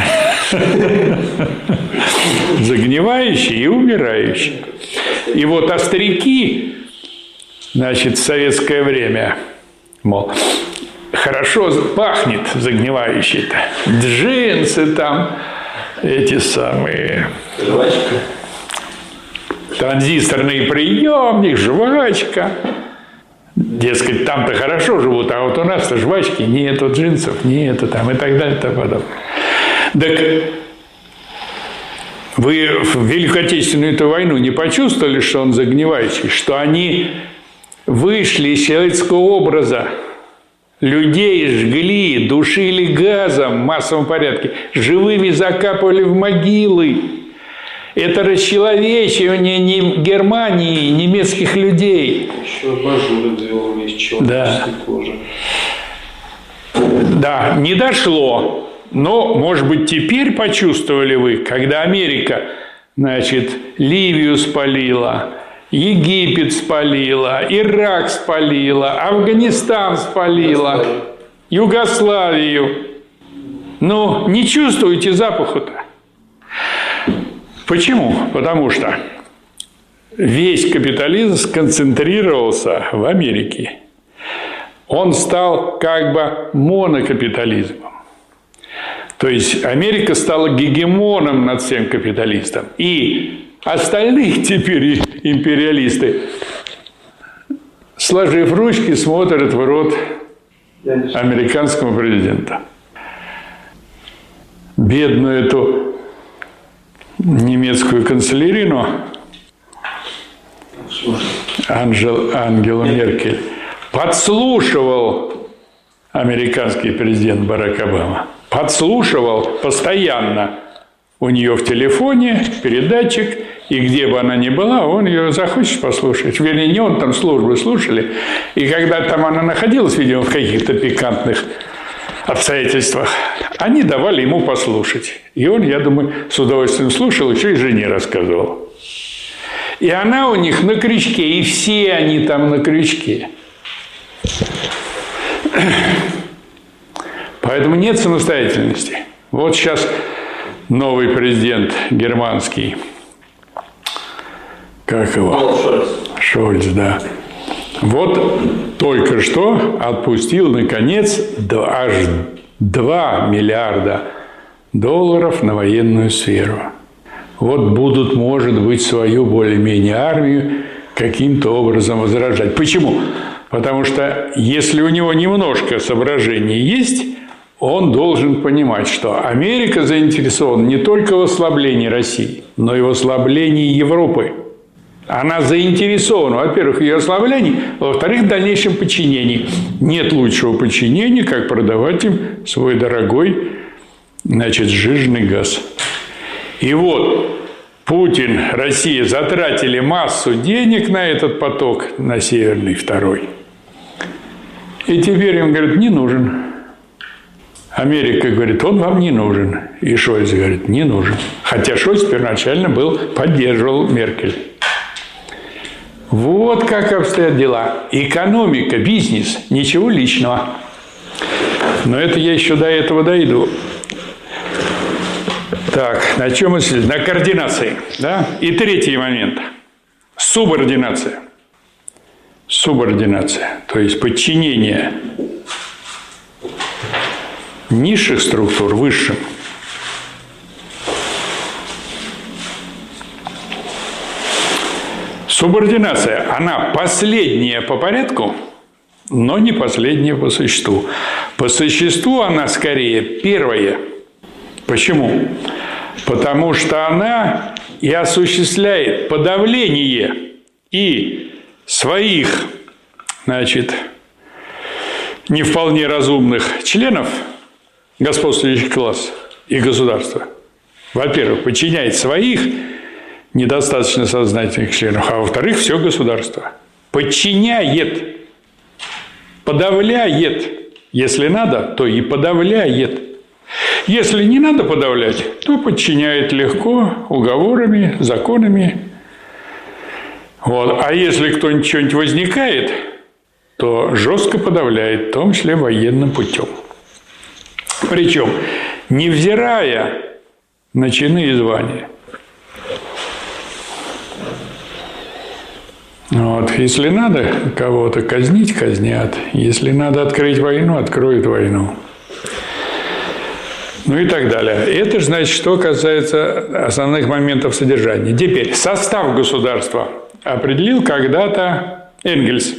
Загнивающий и умирающий. И вот остряки, значит, в советское время, мол, хорошо пахнет загнивающий-то. Джинсы там, эти самые... Жвачка. Транзисторный приемник, жвачка. Дескать, там-то хорошо живут, а вот у нас-то жвачки нету, джинсов нету, там и так далее, и тому подобное. Так вы в Великую Отечественную эту войну не почувствовали, что он загнивающий, что они вышли из человеческого образа, людей жгли, душили газом в массовом порядке, живыми закапывали в могилы. Это расчеловечивание не Германии, немецких людей. Еще абажуры делали из человеческой кожи. Да, не дошло. Но, может быть, теперь почувствовали вы, когда Америка, значит, Ливию спалила, Египет спалила, Ирак спалила, Афганистан спалила, Югославию. Ну, не чувствуете запаху-то? Почему? Потому что весь капитализм сконцентрировался в Америке. Он стал как бы монокапитализмом. То есть Америка стала гегемоном над всем капиталистом. И остальные теперь империалисты, сложив ручки, смотрят в рот американскому президенту. Бедную эту немецкую канцлерину Анжел, Ангелу Меркель подслушивал американский президент Барак Обама. Подслушивал постоянно у нее в телефоне передатчик, и где бы она ни была, он ее захочет послушать. Вернее, не он, там службы слушали. И когда там она находилась, видимо, в каких-то пикантных обстоятельствах, они давали ему послушать. И он, я думаю, с удовольствием слушал, еще и жене рассказывал. И она у них на крючке, и все они там на крючке. Поэтому нет самостоятельности. Вот сейчас новый президент германский, как его? Шольц. Шольц, да. Вот только что отпустил, наконец, аж два миллиарда долларов на военную сферу. Вот будут, может быть, свою более-менее армию каким-то образом возражать. Почему? Потому что если у него немножко соображений есть, он должен понимать, что Америка заинтересована не только в ослаблении России, но и в ослаблении Европы. Она заинтересована, во-первых, в ее ослаблении, во-вторых, в дальнейшем подчинении. Нет лучшего подчинения, как продавать им свой дорогой, значит, сжиженный газ. И вот Путин, Россия затратили массу денег на этот поток, на Северный второй. И теперь им говорят, не нужен. Америка говорит, он вам не нужен. И Шольц говорит, не нужен. Хотя Шольц первоначально был, поддерживал Меркель. Вот как обстоят дела. Экономика, бизнес, ничего личного. Но это я еще до этого дойду. Так, на чем мы сидим? На координации. Да? И третий момент. Субординация. Субординация. То есть подчинение низших структур высшим. Субординация, она последняя по порядку, но не последняя по существу. По существу она скорее первая. Почему? Потому что она и осуществляет подавление и своих, значит, не вполне разумных членов господствующих классов и государства. Во-первых, подчиняет своих недостаточно сознательных членов, а во-вторых, все государство. Подчиняет, подавляет. Если надо, то и подавляет. Если не надо подавлять, то подчиняет легко уговорами, законами. Вот. А если кто-нибудь что-нибудь возникает, то жестко подавляет, в том числе военным путем. Причем, невзирая на чины и звания. Вот. Если надо кого-то казнить, казнят. Если надо открыть войну, откроют войну. Ну и так далее. Это же, значит, что касается основных моментов содержания. Теперь, состав государства определил когда-то Энгельс,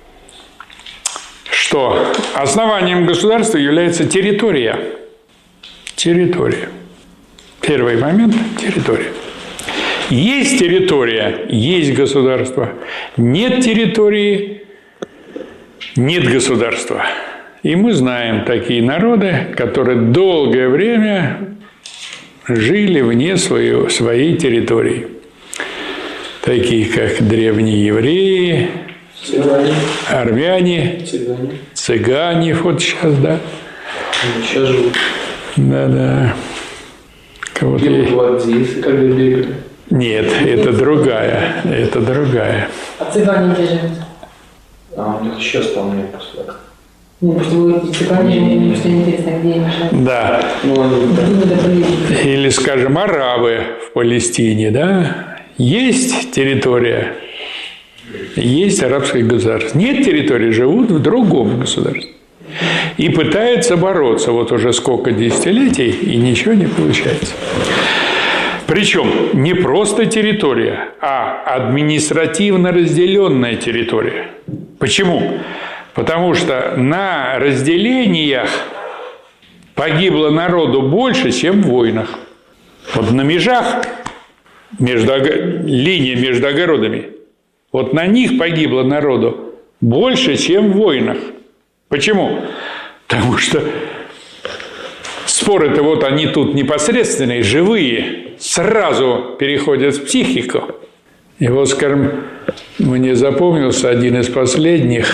что основанием государства является территория. Территория. Первый момент – территория. Есть территория, есть государство. Нет территории, нет государства. И мы знаем такие народы, которые долгое время жили вне своей, своей территории. Такие, как древние евреи, Цыгане. армяне, Цыгане. цыгане, вот сейчас, да. Они сейчас живут. Да-да. Кого-то Белые есть. гвардейцы, когда бегали. Нет, это другая, это другая. А цыгане где живут? А у них еще стал нет после этого. Ну, просто вы говорите, цыгане живут, мне что интересно, где они живут. Да. Ну, они так. Или, скажем, арабы в Палестине, да? Есть территория, есть арабское государство. Нет территории, живут в другом государстве. И пытаются бороться вот уже сколько десятилетий, и ничего не получается. Причем не просто территория, а административно разделенная территория. Почему? Потому что на разделениях погибло народу больше, чем в войнах. Вот на межах, между, линия между огородами, вот на них погибло народу больше, чем в войнах. Почему? Потому что споры-то вот они тут непосредственные, живые, сразу переходят в психику. И вот, скажем, мне запомнился один из последних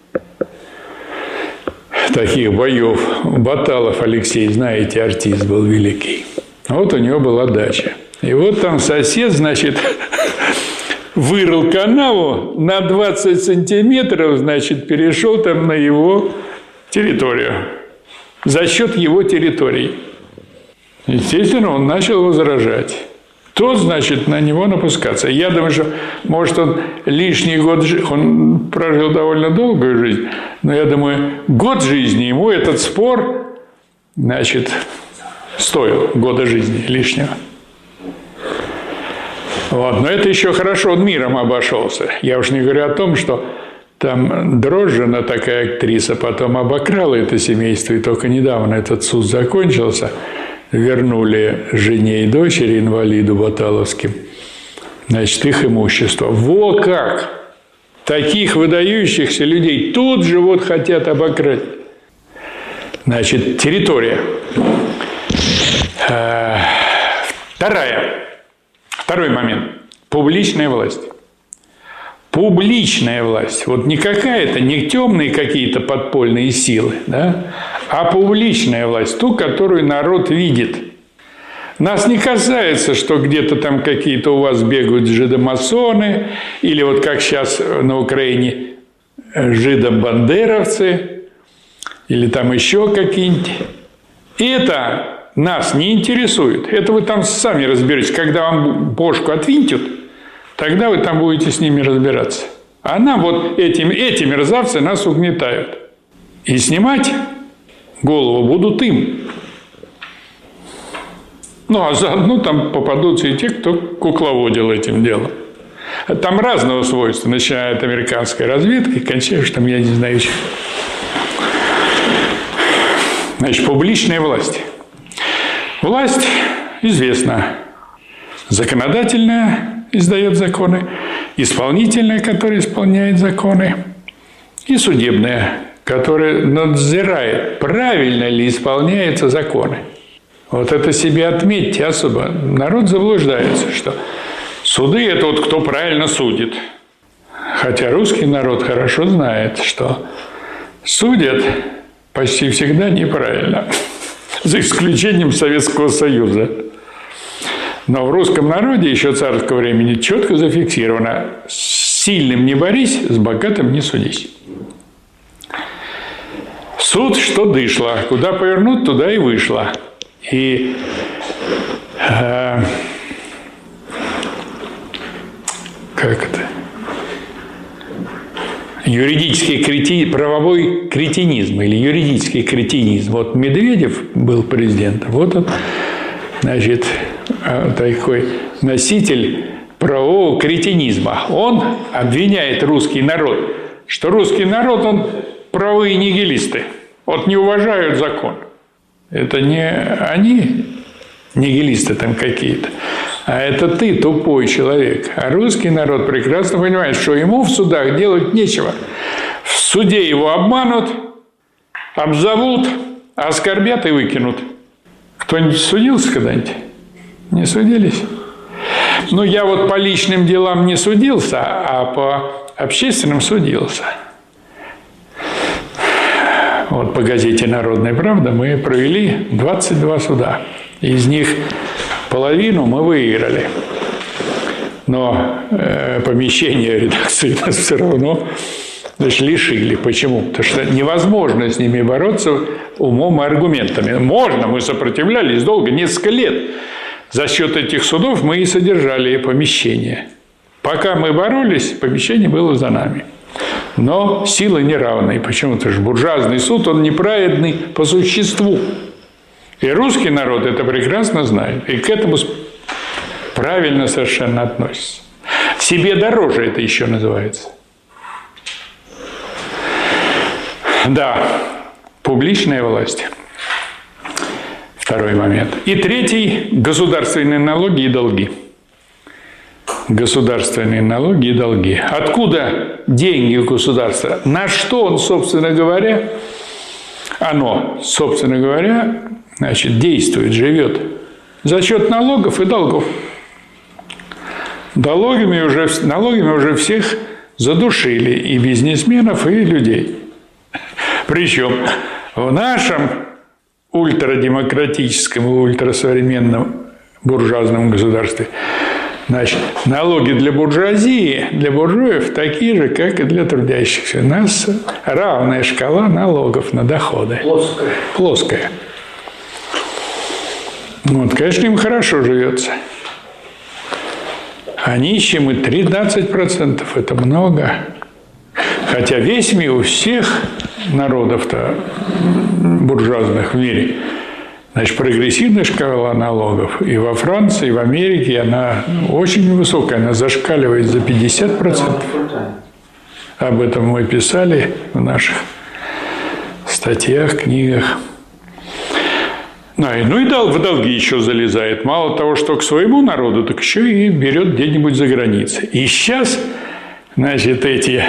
таких боев. Баталов Алексей, знаете, артист был великий. Вот у него была дача. И вот там сосед, значит, вырыл канаву на двадцать сантиметров, значит, перешел там на его территорию. За счет его территории. Естественно, он начал возражать. Тот, значит, на него напускаться. Я думаю, что, может, он лишний год жил, он прожил довольно долгую жизнь, но я думаю, год жизни ему этот спор, значит, стоил года жизни лишнего. Вот. Но это еще хорошо, он миром обошелся. Я уж не говорю о том, что там Дрожжина, такая актриса, потом обокрала это семейство, и только недавно этот суд закончился. Вернули жене и дочери, инвалиду баталовским, значит, их имущество. Во как! Таких выдающихся людей тут же вот хотят обокрасть. Значит, территория. Вторая. Второй момент. Публичная власть. Публичная власть. Вот не какая-то, не темные какие-то подпольные силы, да, а публичная власть, ту, которую народ видит. Нас не касается, что где-то там какие-то у вас бегают жидомасоны, или вот как сейчас на Украине жидобандеровцы, или там еще какие-нибудь. Это нас не интересует. Это вы там сами разберетесь. Когда вам бошку отвинтят, тогда вы там будете с ними разбираться. А нам вот эти, эти мерзавцы нас угнетают. И снимать голову будут им. Ну, а заодно там попадутся и те, кто кукловодил этим делом. Там разного свойства, начиная от американской разведки, кончая, там, я не знаю, чем. Значит, публичная власть. Власть известна. Законодательная издает законы, исполнительная, которая исполняет законы, и судебная, которая надзирает, правильно ли исполняются законы. Вот это себе отметьте особо. Народ заблуждается, что суды – это вот кто правильно судит. Хотя русский народ хорошо знает, что судят почти всегда неправильно. За исключением Советского Союза. Но в русском народе еще царского времени четко зафиксировано: с сильным не борись, с богатым не судись. Суд, что дышло, куда повернуть, туда и вышло. И э, как это? Юридический крити... правовой кретинизм или юридический кретинизм. Вот Медведев был президентом, вот он, значит, такой носитель правового кретинизма. Он обвиняет русский народ, что русский народ, он правые нигилисты, вот не уважают закон. Это не они, нигилисты там какие-то, а это ты, тупой человек. А русский народ прекрасно понимает, что ему в судах делать нечего. В суде его обманут, обзовут, оскорбят и выкинут. Кто-нибудь судился когда-нибудь? Не судились? Ну, я вот по личным делам не судился, а по общественным судился. Вот по газете «Народная правда» мы провели двадцать два суда. Из них половину мы выиграли. Но э, помещение редакции нас все равно значит, лишили. Почему? Потому что невозможно с ними бороться умом и аргументами. Можно, мы сопротивлялись долго, несколько лет. За счет этих судов мы и содержали помещение. Пока мы боролись, помещение было за нами. Но силы неравные. Почему? Потому что буржуазный суд, он неправедный по существу. И русский народ это прекрасно знает. И к этому правильно совершенно относится. Себе дороже это еще называется. Да, публичная власть. Второй момент. И третий – государственные налоги и долги. Государственные налоги и долги. Откуда деньги у государства? На что он, собственно говоря, оно, собственно говоря, значит, действует, живет? За счет налогов и долгов. Налогами уже, налогами уже всех задушили, и бизнесменов, и людей. Причем в нашем ультрадемократическом и ультрасовременном буржуазном государстве, значит, налоги для буржуазии, для буржуев такие же, как и для трудящихся. У нас равная шкала налогов на доходы. Плоская. Плоская. Вот, конечно, им хорошо живется. А нищим и тринадцать процентов – это много. Хотя весь мир, у всех народов-то буржуазных в мире, значит, прогрессивная шкала налогов. И во Франции, и в Америке она очень высокая, она зашкаливает за пятьдесят процентов. Об этом мы писали в наших статьях, книгах. Ну и в долги еще залезает. Мало того, что к своему народу, так еще и берет где-нибудь за границей. И сейчас, значит, эти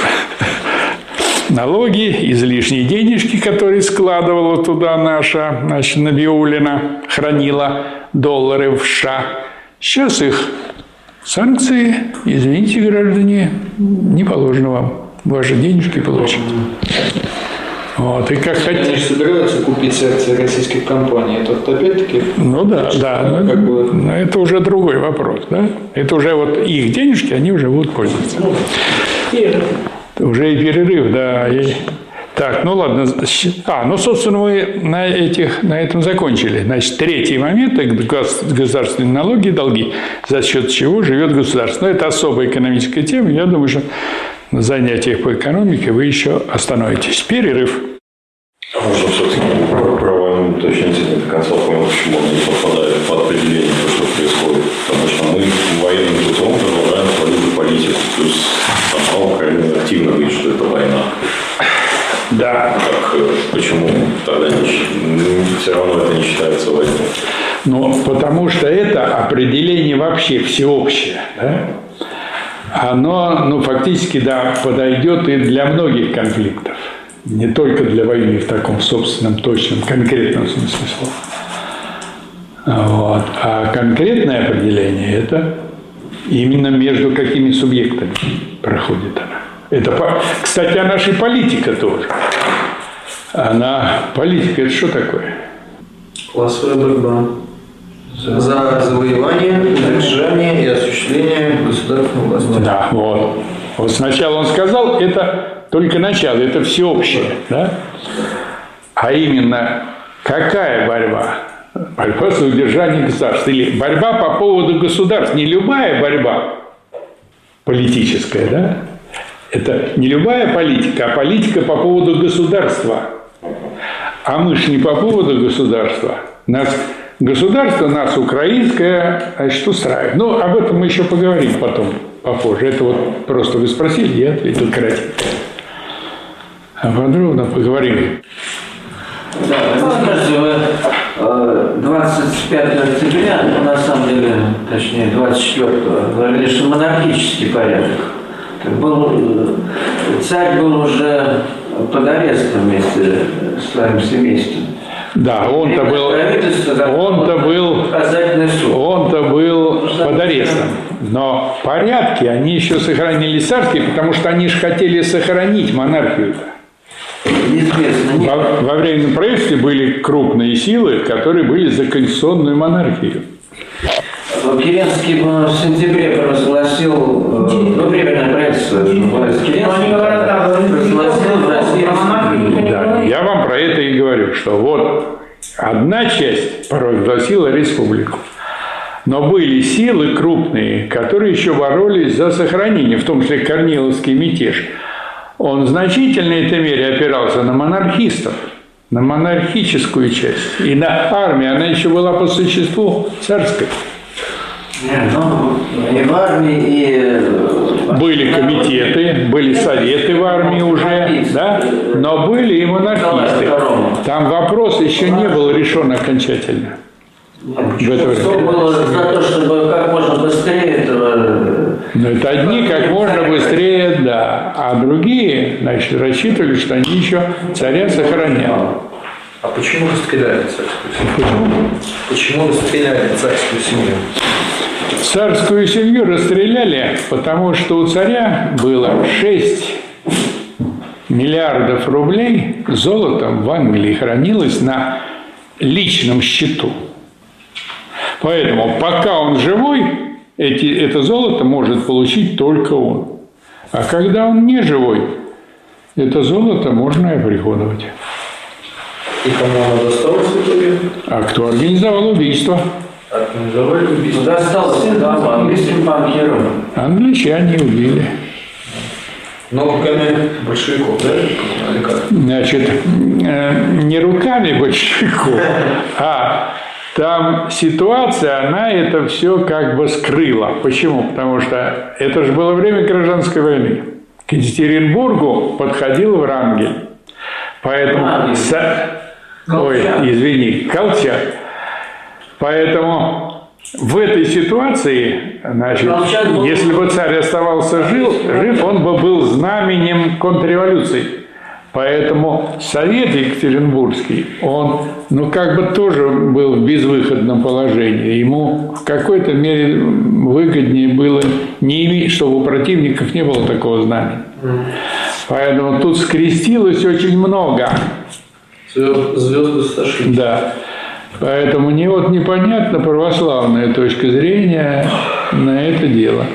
налоги, излишние денежки, которые складывала туда наша, значит, Набиуллина, хранила доллары в США, сейчас их санкции, извините, граждане, не положено вам. Ваши денежки получат. Вот, и как Они хотите. же собираются купить акции российских компаний. Это вот опять-таки... Ну да, да, но, как бы... но это уже другой вопрос, да? Это уже вот их денежки, они уже будут пользоваться. Уже и перерыв, да. И... Так, ну ладно. А, ну, собственно, мы на, этих, на этом закончили. Значит, третий момент – это государственные налоги и долги, за счет чего живет государство. Но это особая экономическая тема. Я думаю, что на занятиях по экономике вы еще остановитесь. Перерыв. А можно все-таки правильно уточнить, не до конца понял, почему он не попадает под определение того, что происходит. Потому что мы военным путем продолжаем свою политику. Плюс сама Украина активно говорит, что это война. Да. Так, почему тогда не, все равно это не считается войной? Ну, потому что это определение вообще всеобщее, да? Оно, ну, фактически, да, подойдет и для многих конфликтов. Не только для войны в таком собственном, точном, конкретном смысле слова. Вот. А конкретное определение – это именно между какими субъектами проходит она. Это, кстати, о нашей политике тоже. Она, политика – это что такое? Классовая борьба. За завоевание, удержание и осуществление государственной власти. Да, вот. Вот сначала он сказал, это только начало, это всеобщее, да? А именно, какая борьба? Борьба за удержание государства. Или борьба по поводу государства. Не любая борьба политическая, да? Это не любая политика, а политика по поводу государства. А мы же не по поводу государства. Нас, государство нас украинское, значит, устраивает. Ну, об этом мы еще поговорим потом, попозже. Это вот просто вы спросили, я ответил кратенько. А подробно поговорим. Да, вы скажете, вы двадцать пятого октября, ну, на самом деле, точнее, двадцать четвёртого, говорили, что монархический порядок. Был, царь был уже под арестом вместе с своим семейством. Да, он-то был, он-то был, он-то был под арестом. Но порядки, они еще сохранили царские, потому что они же хотели сохранить монархию-то. Неизвестно. Во, во временном правительстве были крупные силы, которые были за конституционную монархию. Керенский в сентябре провозгласил, ну, временное правительство, Керенский провозгласил в России. Да, я вам про это и говорю, что вот одна часть провозгласила республику, но были силы крупные, которые еще боролись за сохранение, в том числе Корниловский мятеж. Он в значительной этой мере опирался на монархистов, на монархическую часть. И на армию, она еще была по существу царской. Нет, ну, и в армии, и... Были комитеты, были советы в армии уже, да? Но были и монархисты. Там вопрос еще не был решен окончательно. В это время. Было за то, чтобы как можно быстрее этого... Но это одни как можно быстрее, да. А другие, значит, рассчитывали, что они еще царя сохранят. А почему расстреляли царскую семью? Почему? Почему расстреляли царскую семью? Царскую семью расстреляли, потому что у царя было шесть миллиардов рублей золотом в Англии хранилось на личном счету. Поэтому пока он живой, эти, это золото может получить только он. А когда он не живой, это золото можно оприходовать. И кому оно досталось в итоге? А кто организовал убийство? Организовали убийство. Досталось, да, английским банкирам. Англичане убили. Но руками большевиков, да? Или как? Значит, не руками большевиков, а там ситуация, она это все как бы скрыла. Почему? Потому что это же было время гражданской войны. К Екатеринбургу подходил Врангель. Поэтому... Со... Ой, извини, Колчак. Поэтому в этой ситуации, значит, если бы царь оставался жил, жив, он бы был знаменем контрреволюции. Поэтому Совет Екатеринбургский, он, ну, как бы тоже был в безвыходном положении. Ему в какой-то мере выгоднее было не иметь, чтобы у противников не было такого знамени. Поэтому тут скрестилось очень много. Звезды сошли. Да. Поэтому не вот непонятна православная точка зрения на это дело.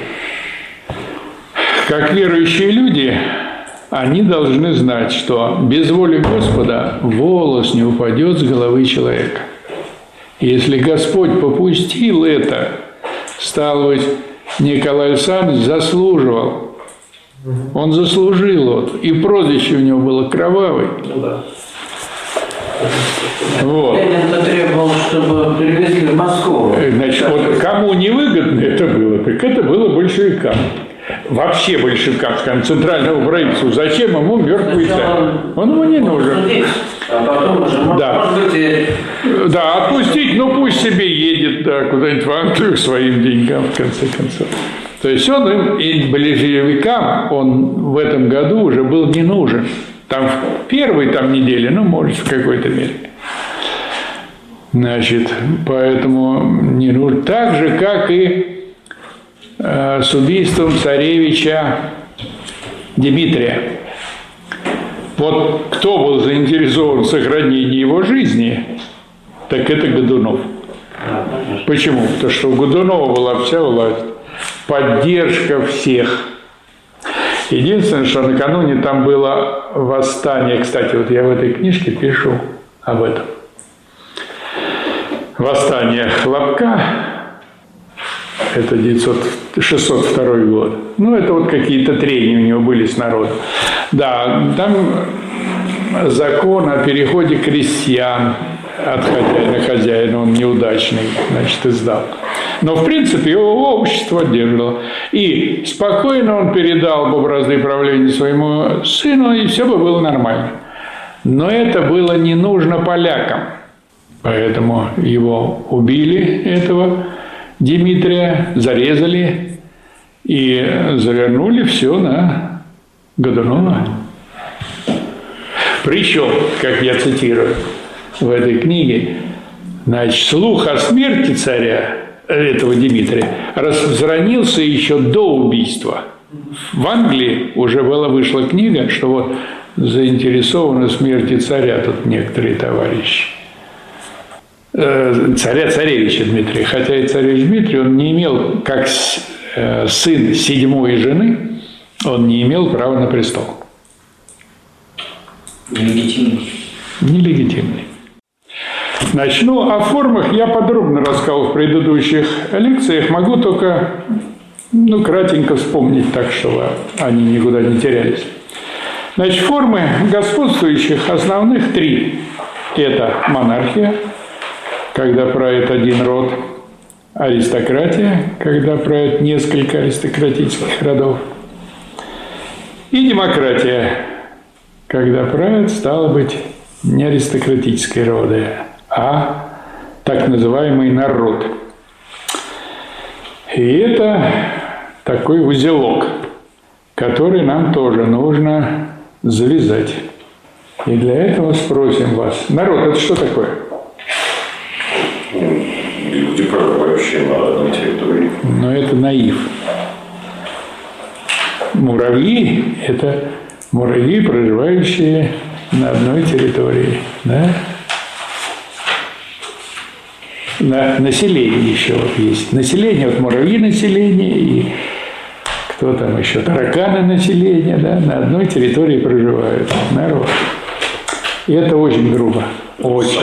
Как верующие люди, они должны знать, что без воли Господа волос не упадет с головы человека. Если Господь попустил это, стало быть, Николай Александрович заслуживал. Он заслужил вот. И прозвище у него было Кровавый. Ну да. Вот. Ленин требовал, чтобы перевезли в Москву. Значит, вот кому невыгодно это было, так это было большевикам. Вообще большевикам, скажем, центральному правительству. Зачем ему мертвый царь? Он ему не нужен. А потом уже, да. может быть, и... Да, отпустить, ну пусть себе едет, да, куда-нибудь в Англию своим деньгам, в конце концов. То есть он им, и большевикам, он в этом году уже был не нужен. Там в первой там неделе, ну, может, в какой-то мере. Значит, поэтому не нужен. Так же, как и э, с убийством царевича Дмитрия. Вот кто был заинтересован в сохранении его жизни, так это Годунов. Почему? Потому что у Годунова была вся власть, поддержка всех. Единственное, что накануне там было восстание, кстати, вот я в этой книжке пишу об этом. Восстание Хлопка, это шестьсот второй год. Ну, это вот какие-то трения у него были с народом. Да, там закон о переходе крестьян от хозяина к хозяину, он неудачный, значит, издал. Но, в принципе, его общество держало. И спокойно он передал бы бразды правления своему сыну, и все бы было нормально. Но это было не нужно полякам. Поэтому его убили, этого Дмитрия, зарезали и завернули все на Годунова. Причем, как я цитирую в этой книге, значит, слух о смерти царя, этого Дмитрия, распространился еще до убийства. В Англии уже была, вышла книга, что вот заинтересованы в смерти царя тут некоторые товарищи. Царя царевича Дмитрия. Хотя и царевич Дмитрий, он не имел, как сын седьмой жены, он не имел права на престол. Нелегитимный. Нелегитимный. Значит, ну, о формах я подробно рассказал в предыдущих лекциях. Могу только, ну, кратенько вспомнить так, чтобы они никуда не терялись. Значит, формы господствующих основных три. Это монархия, когда правит один род, аристократия, когда правит несколько аристократических родов, и демократия, когда правят, стало быть, не аристократические роды, а так называемый народ. И это такой узелок, который нам тоже нужно завязать. И для этого спросим вас. Народ – это что такое? Люди, проживающие на одной территории. Но это наив. Муравьи – это муравьи, проживающие на одной территории. Да? На население еще вот есть. Население, вот муравьи население, и кто там еще, тараканы население, да, на одной территории проживают. Народ. И это очень грубо. Очень.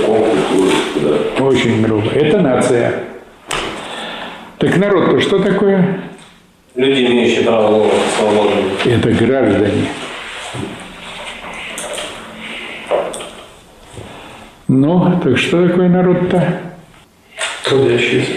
Очень грубо. Это нация. Так народ-то что такое? Люди, имеющие право на свободу. Это граждане. Ну, так что такое народ-то? Трудящиеся.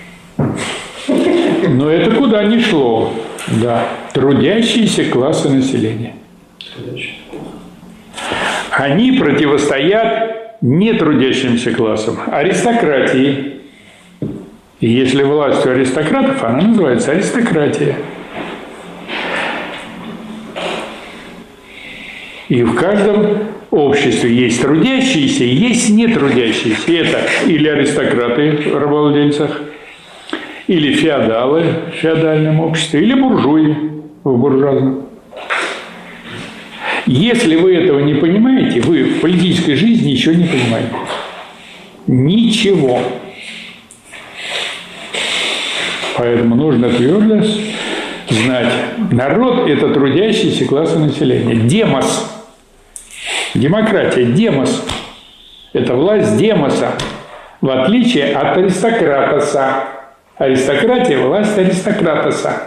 Но это куда ни шло. Да. Трудящиеся классы населения. Трудящиеся. Они противостоят не трудящимся классам, аристократии. И если власть у аристократов, она называется аристократия. И в каждом обществе есть трудящиеся и есть нетрудящиеся. Это или аристократы в рабовладельцах, или феодалы в феодальном обществе, или буржуи в буржуазном. Если вы этого не понимаете, вы в политической жизни ничего не понимаете. Ничего. Поэтому нужно твердо знать. Народ – это трудящийся класс населения. Демос. Демократия. Демос. Это власть демоса. В отличие от аристократоса. Аристократия – власть аристократоса.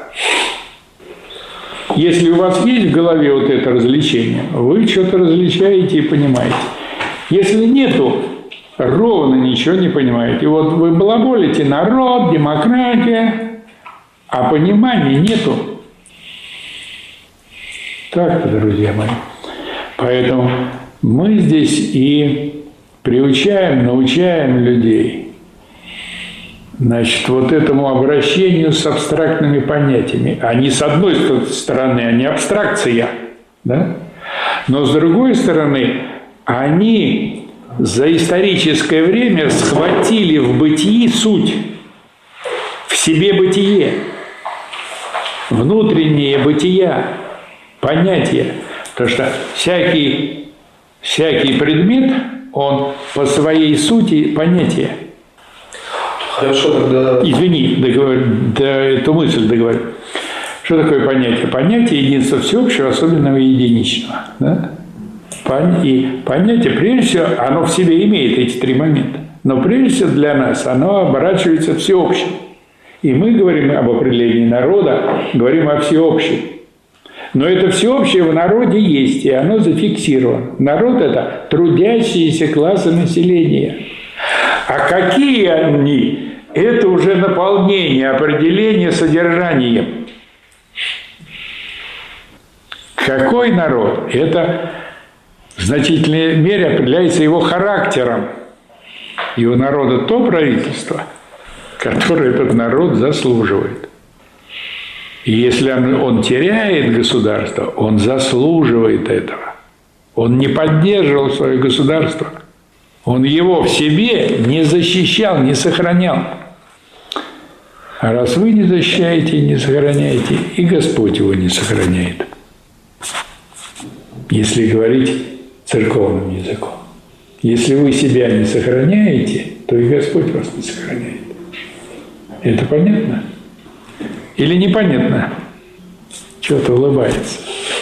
Если у вас есть в голове вот это развлечение, вы что-то различаете и понимаете. Если нету, ровно ничего не понимаете. Вот вы балаболите народ, демократия, а понимания нету. Так-то, друзья мои. Поэтому мы здесь и приучаем, научаем людей. Значит, вот этому обращению с абстрактными понятиями. Они, с одной стороны, они абстракция, да? Но с другой стороны, они за историческое время схватили в бытии суть, в себе бытие, внутреннее бытия, понятие. Потому что всякий, всякий предмет, он по своей сути понятие. Хорошо, тогда... Извини, договор... да, эту мысль договорю. Что такое понятие? Понятие единства всеобщего, особенного и единичного. Да? И понятие, прежде всего, оно в себе имеет эти три момента. Но прежде всего для нас оно оборачивается всеобщим. И мы говорим об определении народа, говорим о всеобщем. Но это всеобщее в народе есть, и оно зафиксировано. Народ – это трудящиеся классы населения. А какие они? Это уже наполнение, определение содержанием. Какой народ? Это в значительной мере определяется его характером. И у народа то правительство, которое этот народ заслуживает. И если он, он теряет государство, он заслуживает этого. Он не поддерживал свое государство. Он его в себе не защищал, не сохранял. А раз вы не защищаете и не сохраняете, и Господь его не сохраняет. Если говорить церковным языком. Если вы себя не сохраняете, то и Господь вас не сохраняет. Это понятно? Или непонятно? Чего-то улыбается.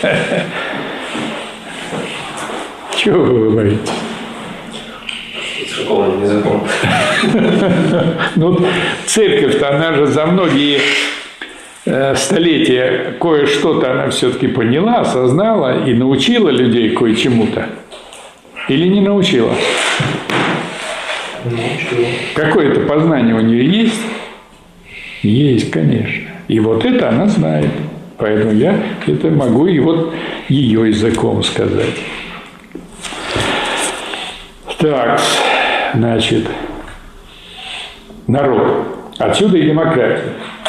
Чего вы улыбаетесь? Церковным языком. Ну, церковь-то, она же за многие э, столетия кое-что-то она все-таки поняла, осознала и научила людей кое-чему-то. Или не научила? Научила. Какое-то познание у нее есть? Есть, конечно. И вот это она знает. Поэтому я это могу и вот ее языком сказать. Так, значит, народ. Отсюда и демократия.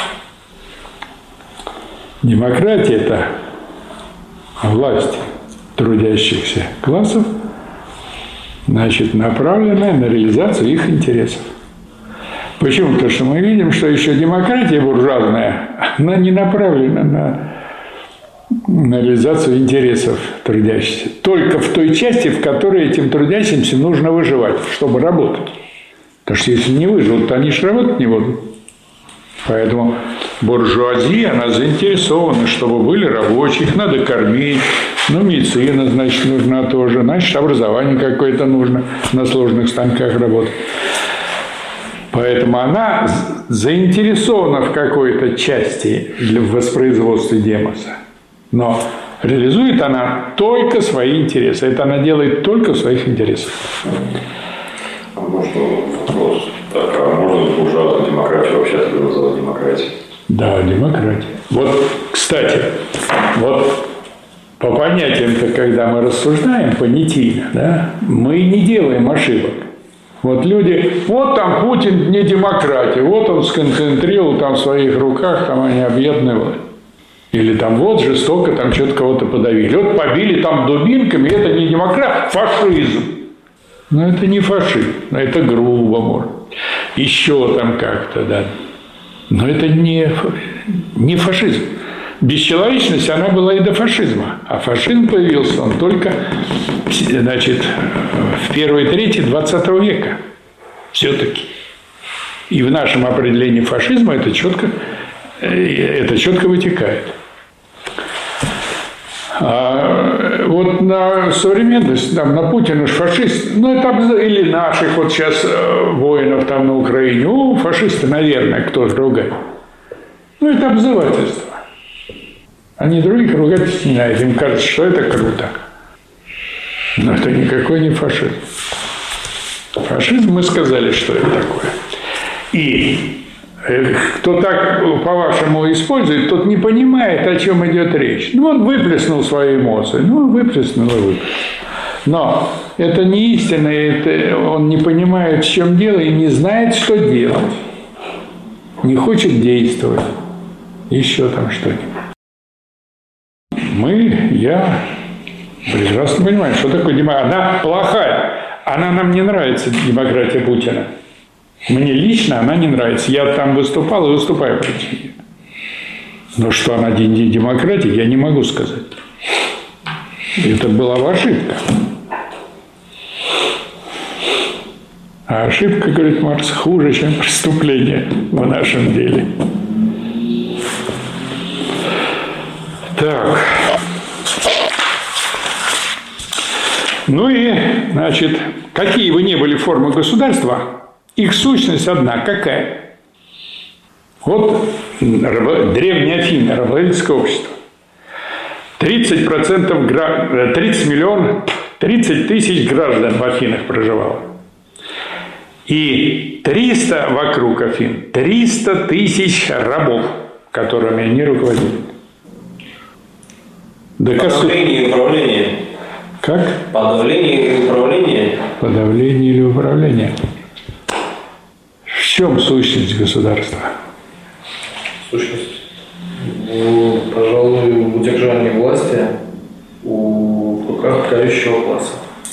Демократия – это власть трудящихся классов, значит, направленная на реализацию их интересов. Почему? Потому что мы видим, что еще демократия буржуазная, она не направлена на, на реализацию интересов трудящихся. Только в той части, в которой этим трудящимся нужно выживать, чтобы работать. Потому что если не выживут, то они же работать не будут. Поэтому буржуазия, она заинтересована, чтобы были рабочие, их надо кормить. Ну, медицина, значит, нужна тоже. Значит, образование какое-то нужно на сложных станках работать. Поэтому она заинтересована в какой-то части для воспроизводства демоса. Но реализует она только свои интересы. Это она делает только в своих интересах. А можно вопрос? Так, а можно буржуазную демократию вообще-то называть демократией? Да, демократия. Вот, кстати, вот по понятиям-то, когда мы рассуждаем понятийно, да, мы не делаем ошибок. Вот люди, вот там Путин не демократия, вот он сконцентрировал там в своих руках, там они объедны. Или там вот жестоко там что-то кого-то подавили. Вот побили там дубинками, это не демократ, фашизм. Но это не фашизм, это грубо, может. Еще там как-то, да. Но это не, не фашизм. Бесчеловечность, она была и до фашизма. А фашизм появился он только, значит, в первой трети двадцатого века. Все-таки. И в нашем определении фашизма это четко, это четко вытекает. А вот на современность, там, на Путина фашист, ну, это, или наших вот сейчас воинов там на Украине, о, фашисты, наверное, кто-то ругает. Ну, это обзывательство. Они других ругать не знают, им кажется, что это круто. Но это никакой не фашизм. Фашизм, мы сказали, что это такое. И кто так, по-вашему, использует, тот не понимает, о чем идет речь. Ну, он выплеснул свои эмоции. Ну, выплеснул и выплеснул. Но это не истина, это он не понимает, в чем дело, и не знает, что делать. Не хочет действовать. Еще там что-нибудь. Мы, я прекрасно понимаю, что такое демократия. Она плохая. Она нам не нравится, демократия Путина. Мне лично она не нравится. Я там выступал и выступаю против нее. Но что она не демократия, я не могу сказать. Это была бы ошибка. А ошибка, говорит Маркс, хуже, чем преступление в нашем деле. Так. Ну и, значит, какие бы ни были формы государства, их сущность одна. Какая? Вот древние Афины, рабовладельческое общество. тридцать процентов, тридцать миллионов, тридцать тысяч граждан в Афинах проживало. И триста вокруг Афин, триста тысяч рабов, которыми они руководили. Подавление и управление. Как? Подавление и управление. Подавление или управление. В чем сущность государства? Сущность? Ну, пожалуй, удержание власти в руках правящего класса.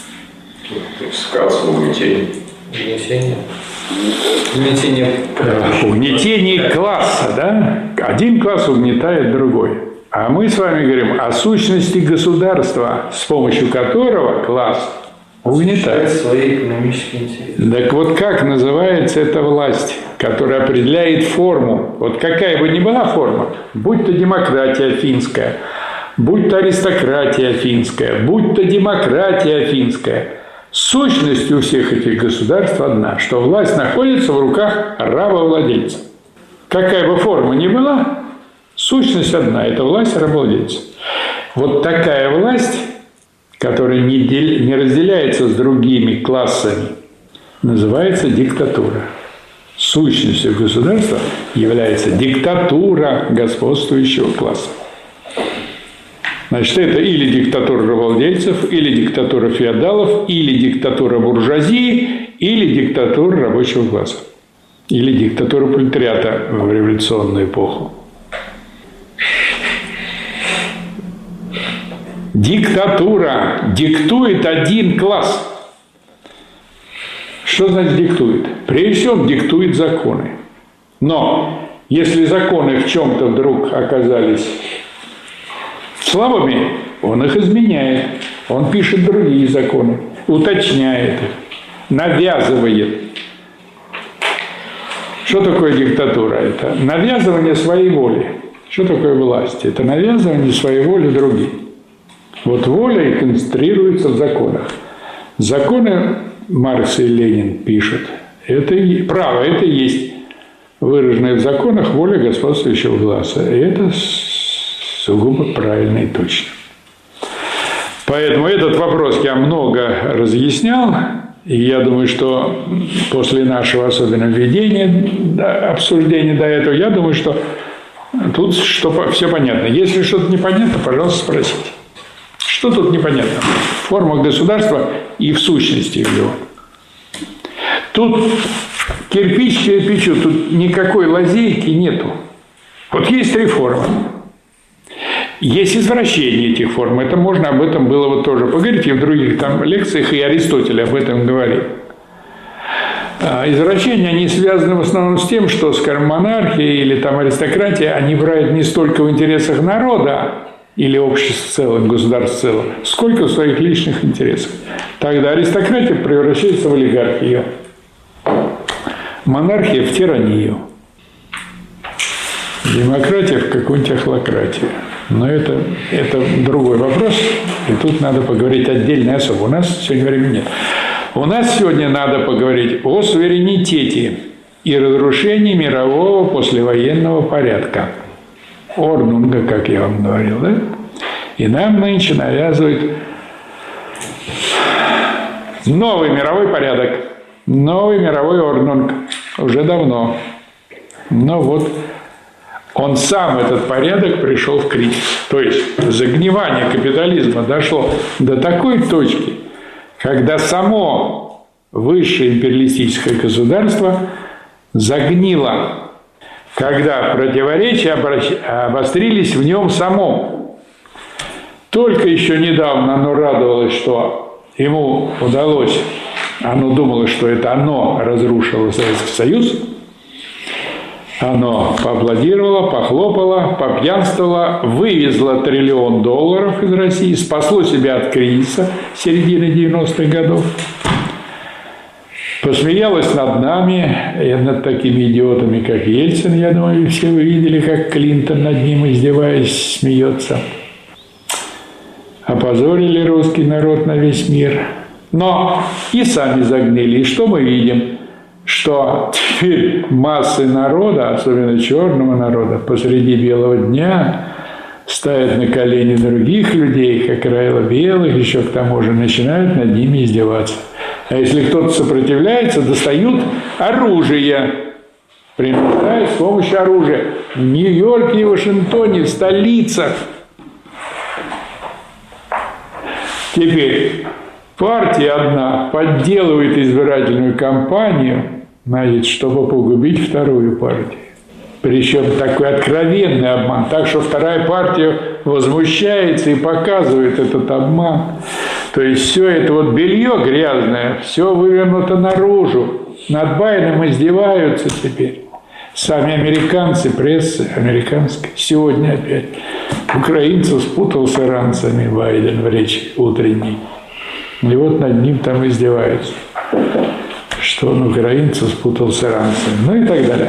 Сказ, угнетение. Угнетение. Угнетение. Угнетение класса, да? Один класс угнетает другой. А мы с вами говорим о сущности государства, с помощью которого класс угнетает свои экономические интересы. Так вот как называется эта власть, которая определяет форму? Вот какая бы ни была форма, будь то демократия афинская, будь то аристократия афинская, будь то демократия афинская, сущность у всех этих государств одна, что власть находится в руках рабовладельца. Какая бы форма ни была, сущность одна – это власть рабовладельца. Вот такая власть, которая не, дел... не разделяется с другими классами, называется диктатура. Сущностью государства является диктатура господствующего класса. Значит, это или диктатура рабовладельцев, или диктатура феодалов, или диктатура буржуазии, или диктатура рабочего класса, или диктатура пролетариата в революционную эпоху. Диктатура диктует один класс. Что значит диктует? Прежде всего, он диктует законы. Но если законы в чем-то вдруг оказались слабыми, он их изменяет. Он пишет другие законы, уточняет их, навязывает. Что такое диктатура? Это навязывание своей воли. Что такое власть? Это навязывание своей воли другим. Вот воля и концентрируется в законах. Законы Маркс и Ленин пишут. Это и, право, это и есть выраженная в законах воля господствующего класса. И это сугубо правильно и точно. Поэтому этот вопрос я много разъяснял. И я думаю, что после нашего особенно введения, обсуждения до этого, я думаю, что тут что, все понятно. Если что-то непонятно, пожалуйста, спросите. Что тут непонятно? Форма государства и в сущности его. Тут кирпич к кирпичу, тут никакой лазейки нету. Вот есть реформа. Есть извращение этих форм. Это можно об этом было вот тоже поговорить. И в других там лекциях и Аристотель об этом говорит. Извращения, они связаны в основном с тем, что, скажем, монархия или там аристократия, они брают не столько в интересах народа или общества в целом, государства в целом, сколько в своих личных интересах. Тогда аристократия превращается в олигархию, монархия в тиранию, демократия в какую-нибудь охлократию. Но это, это другой вопрос, и тут надо поговорить отдельно особо. У нас сегодня времени нет. У нас сегодня надо поговорить о суверенитете и разрушении мирового послевоенного порядка. Орднунга, как я вам говорил, да? И нам нынче навязывают новый мировой порядок, новый мировой орднунг. Уже давно. Но вот он сам, этот порядок, пришел в кризис. То есть загнивание капитализма дошло до такой точки, когда само высшее империалистическое государство загнило, когда противоречия обострились в нем самом. Только еще недавно оно радовалось, что ему удалось, оно думало, что это оно разрушило Советский Союз, оно поаплодировало, похлопало, попьянствовало, вывезло триллион долларов из России, спасло себя от кризиса середины девяностых годов, посмеялось над нами, и над такими идиотами, как Ельцин, я думаю, все вы видели, как Клинтон над ним, издеваясь, смеется. Опозорили русский народ на весь мир. Но и сами загнили. И что мы видим? Что теперь массы народа, особенно черного народа, посреди белого дня ставят на колени других людей, как правило, белых, еще к тому же начинают над ними издеваться. А если кто-то сопротивляется, достают оружие, принуждают с помощью оружия. В Нью-Йорке и Вашингтоне, в столицах. Теперь партия одна подделывает избирательную кампанию, значит, чтобы погубить вторую партию. Причем такой откровенный обман. Так что вторая партия возмущается и показывает этот обман. То есть все это вот белье грязное, все вывернуто наружу. Над Байденом издеваются теперь. Сами американцы, пресса американская. Сегодня опять украинцев спутал с иранцами Байден в речи утренней. И вот над ним там издеваются, что он украинцев спутал с иранцами. Ну и так далее.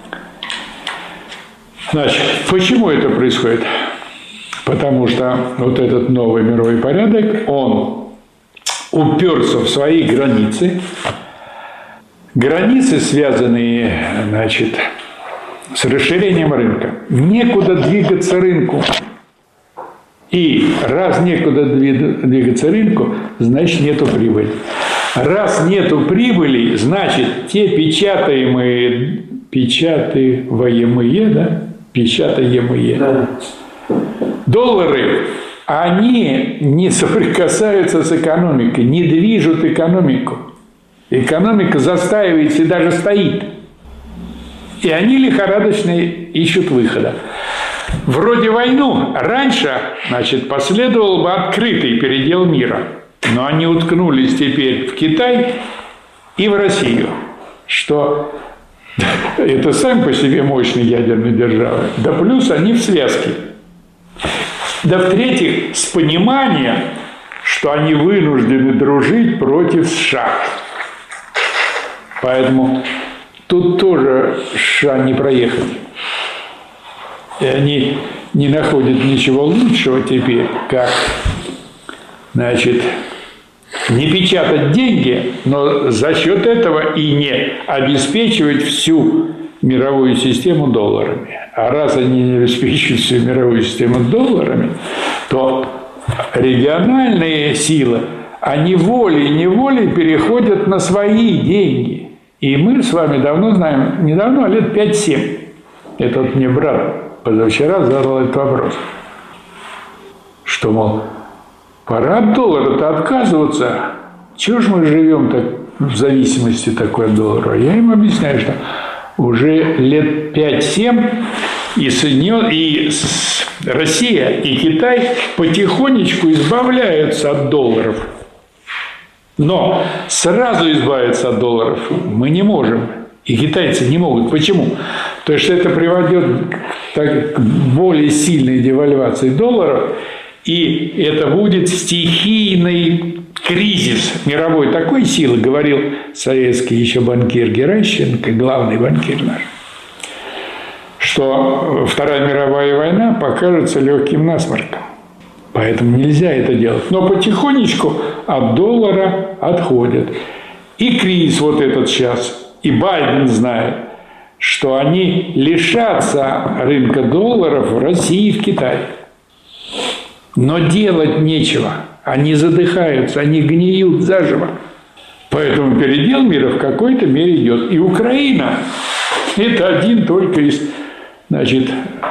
Значит, почему это происходит? Потому что вот этот новый мировой порядок, он уперся в свои границы. Границы, связанные, значит, с расширением рынка. Некуда двигаться рынку. И раз некуда двигаться рынку, значит, нету прибыли. Раз нету прибыли, значит, те печатаемые, печатаемые, да? Печатаемые Да. доллары, они не соприкасаются с экономикой, не движут экономику. Экономика застаивается и даже стоит. И они лихорадочно ищут выхода. Вроде войну раньше, значит, последовал бы открытый передел мира. Но они уткнулись теперь в Китай и в Россию. Что это сами по себе мощные ядерные державы. Да плюс они в связке. Да в-третьих, с пониманием, что они вынуждены дружить против США. Поэтому тут тоже США не проехать. И они не находят ничего лучшего теперь, как, значит, не печатать деньги, но за счет этого и не обеспечивать всю мировую систему долларами. А раз они не обеспечивают всю мировую систему долларами, то региональные силы, они волей-неволей переходят на свои деньги. И мы с вами давно знаем, не давно, а лет пять-семь. Это вот мне брат позавчера задал этот вопрос. Что, мол, пора от доллара-то отказываться. Чего же мы живем так в зависимости такой от доллара? Я им объясняю, что уже лет пять-семь и, Соединен... и Россия и Китай потихонечку избавляются от долларов. Но сразу избавиться от долларов мы не можем. И китайцы не могут. Почему? Потому что это приводит к более сильной девальвации долларов, и это будет стихийный кризис мировой такой силы, говорил советский еще банкир Геращенко, главный банкир наш, что Вторая мировая война покажется легким насморком. Поэтому нельзя это делать. Но потихонечку от доллара отходят. И кризис вот этот сейчас. И Байден знает, что они лишатся рынка долларов в России и в Китае. Но делать нечего. Они задыхаются, они гниют заживо. Поэтому передел мира в какой-то мере идет. И Украина – это один только из, значит,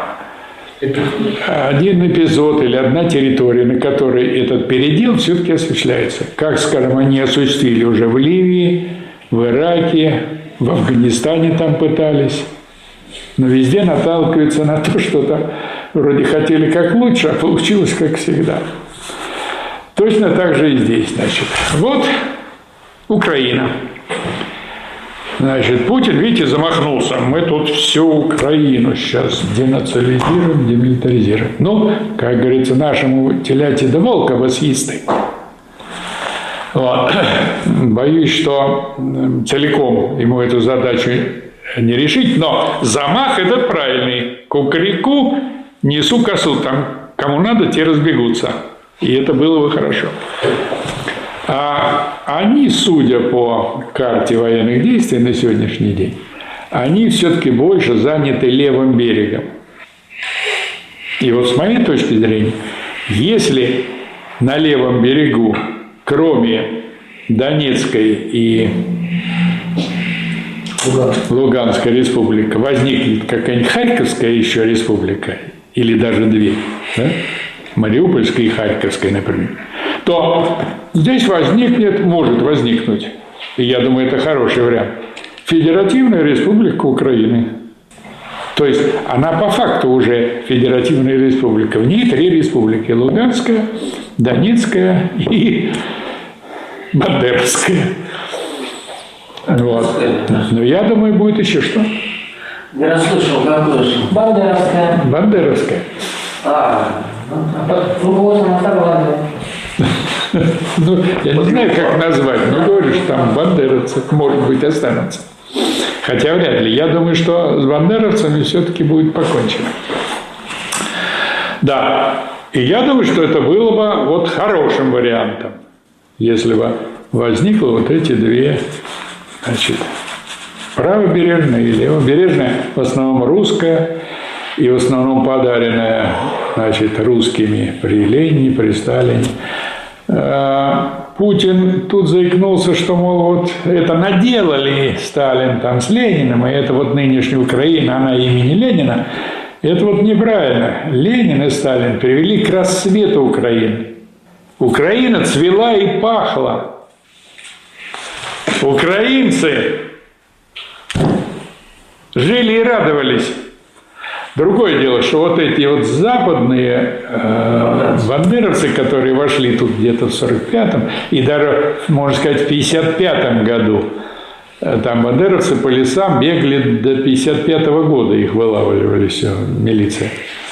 один эпизод или одна территория, на которой этот передел все-таки осуществляется. Как, скажем, они осуществили уже в Ливии, в Ираке, в Афганистане там пытались. Но везде наталкиваются на то, что там вроде хотели как лучше, а получилось как всегда. Точно так же и здесь, значит. Вот Украина. Значит, Путин, видите, замахнулся. Мы тут всю Украину сейчас денацилизируем, демилитаризируем. Ну, как говорится, нашему теляти да волка басисты. Вот. Боюсь, что целиком ему эту задачу не решить, но замах этот правильный. Кукареку, несу косу, там кому надо, те разбегутся. И это было бы хорошо. А они, судя по карте военных действий на сегодняшний день, они все-таки больше заняты левым берегом. И вот с моей точки зрения, если на левом берегу, кроме Донецкой и Луганской республики, возникнет какая-нибудь Харьковская еще республика, или даже две, да? Мариупольской и Харьковской, например, то здесь возникнет, может возникнуть, и я думаю, это хороший вариант, Федеративная Республика Украины. То есть она по факту уже Федеративная Республика. В ней три республики: Луганская, Донецкая и Бандеровская. Вот. Но я думаю, будет еще что? Не расслышал, какое же? Бандеровская. Бандеровская. А, Руководство Москвы. Ну, я не знаю, как назвать, но говорю, что там бандеровцы, может быть, останутся. Хотя вряд ли. Я думаю, что с бандеровцами все-таки будет покончено. Да. И я думаю, что это было бы вот хорошим вариантом, если бы возникло вот эти две, значит, правобережная и левобережная, в основном русская, и в основном подаренная, значит, русскими при Ленине, при Сталине. Путин тут заикнулся, что, мол, вот это наделали Сталин там с Лениным, и это вот нынешняя Украина, она имени Ленина. Это вот неправильно. Ленин и Сталин привели к рассвету Украины. Украина цвела и пахла. Украинцы жили и радовались. Другое дело, что вот эти вот западные э, бандеровцы, которые вошли тут где-то в сорок пятом и даже, можно сказать, в пятьдесят пятом году, э, там бандеровцы по лесам бегали до пятьдесят пятого года, их вылавливали все, милиция.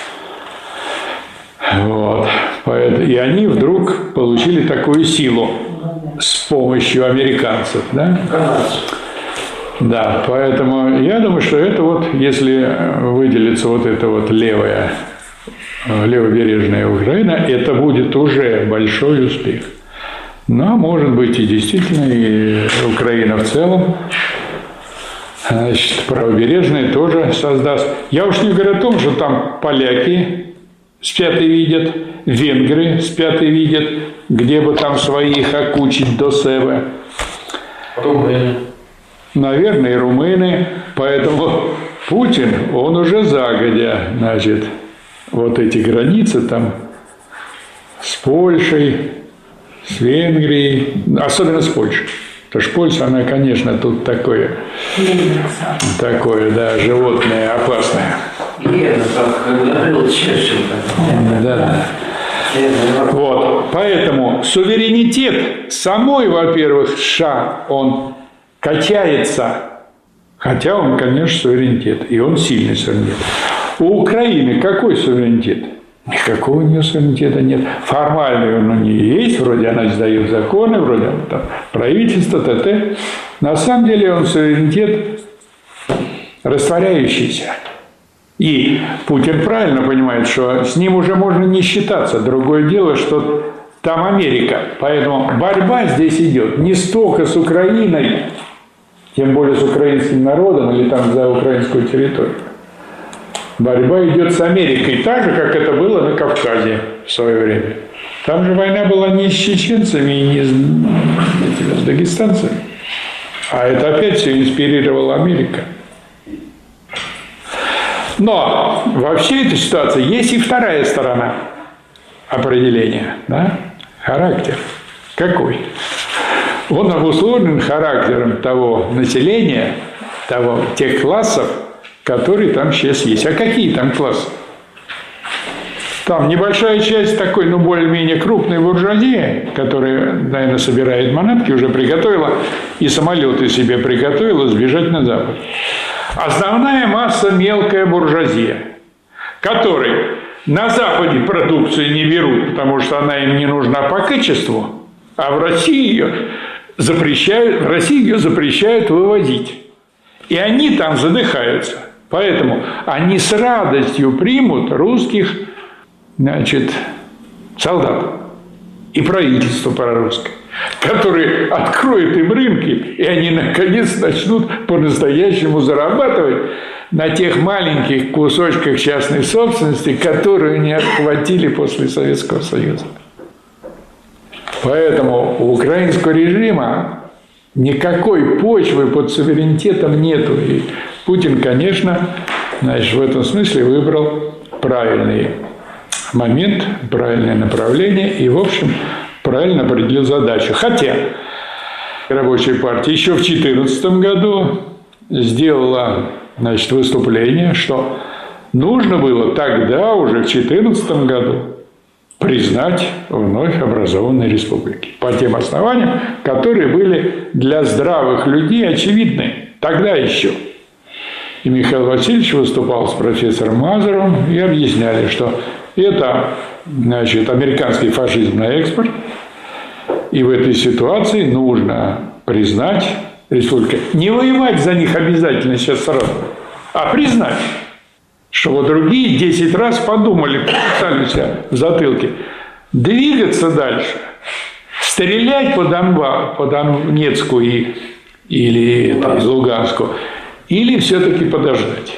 Вот. И они вдруг получили такую силу с помощью американцев, да? Да, поэтому я думаю, что это вот, если выделится вот эта вот левая, левобережная Украина, это будет уже большой успех. Но, может быть, и действительно, и Украина в целом, значит, правобережная тоже создаст. Я уж не говорю о том, что там поляки спят и видят, венгры спят и видят, где бы там своих окучить до себе. Румыния. Наверное, и румыны. Поэтому Путин, он уже загодя, значит, вот эти границы там с Польшей, с Венгрией, особенно с Польшей. Потому что Польша, она, конечно, тут такое, такое, да, животное опасное. гигиена, как говорил Черчилль. Да. Вот. Поэтому суверенитет самой, во-первых, США, он качается, хотя он, конечно, суверенитет, и он сильный суверенитет. У Украины какой суверенитет? Никакого у нее суверенитета нет. Формальный он у нее есть, вроде она издает законы, вроде она там правительство, т.т. На самом деле он суверенитет растворяющийся. И Путин правильно понимает, что с ним уже можно не считаться. Другое дело, что там Америка. Поэтому борьба здесь идет не столько с Украиной, тем более с украинским народом или там за украинскую территорию. Борьба идет с Америкой, так же, как это было на Кавказе в свое время. Там же война была не с чеченцами и не с, с дагестанцами. А это опять все инспирировала Америка. Но во всей этой ситуации есть и вторая сторона определения. Да? Характер. Какой? Он обусловлен характером того населения, того, тех классов, которые там сейчас есть. А какие там классы? Там небольшая часть такой, ну, более-менее крупной буржуазии, которая, наверное, собирает манатки, уже приготовила, и самолеты себе приготовила сбежать на Запад. Основная масса мелкая буржуазия, которые на Западе продукцию не берут, потому что она им не нужна по качеству, а в России ее запрещают, в России ее запрещают вывозить. И они там задыхаются. Поэтому они с радостью примут русских, значит, солдат и правительство прорусское, которые откроют им рынки, и они наконец начнут по-настоящему зарабатывать на тех маленьких кусочках частной собственности, которые не отхватили после Советского Союза. Поэтому у украинского режима никакой почвы под суверенитетом нету. И Путин, конечно, значит, в этом смысле выбрал правильный момент, правильное направление и, в общем, правильно определил задачу. Хотя Рабочая партия еще в две тысячи четырнадцатом году сделала, значит, выступление, что нужно было тогда, уже в две тысячи четырнадцатом году, признать вновь образованные республики по тем основаниям, которые были для здравых людей очевидны тогда еще. И Михаил Васильевич выступал с профессором Мазуровым и объясняли, что это, значит, американский фашизм на экспорт, и в этой ситуации нужно признать республики. Не воевать за них обязательно сейчас сразу, а признать, что вот другие десять раз подумали, поставили себя в затылке, двигаться дальше, стрелять по Донбассу, по Донецку и, или там, Луганску, или все-таки подождать.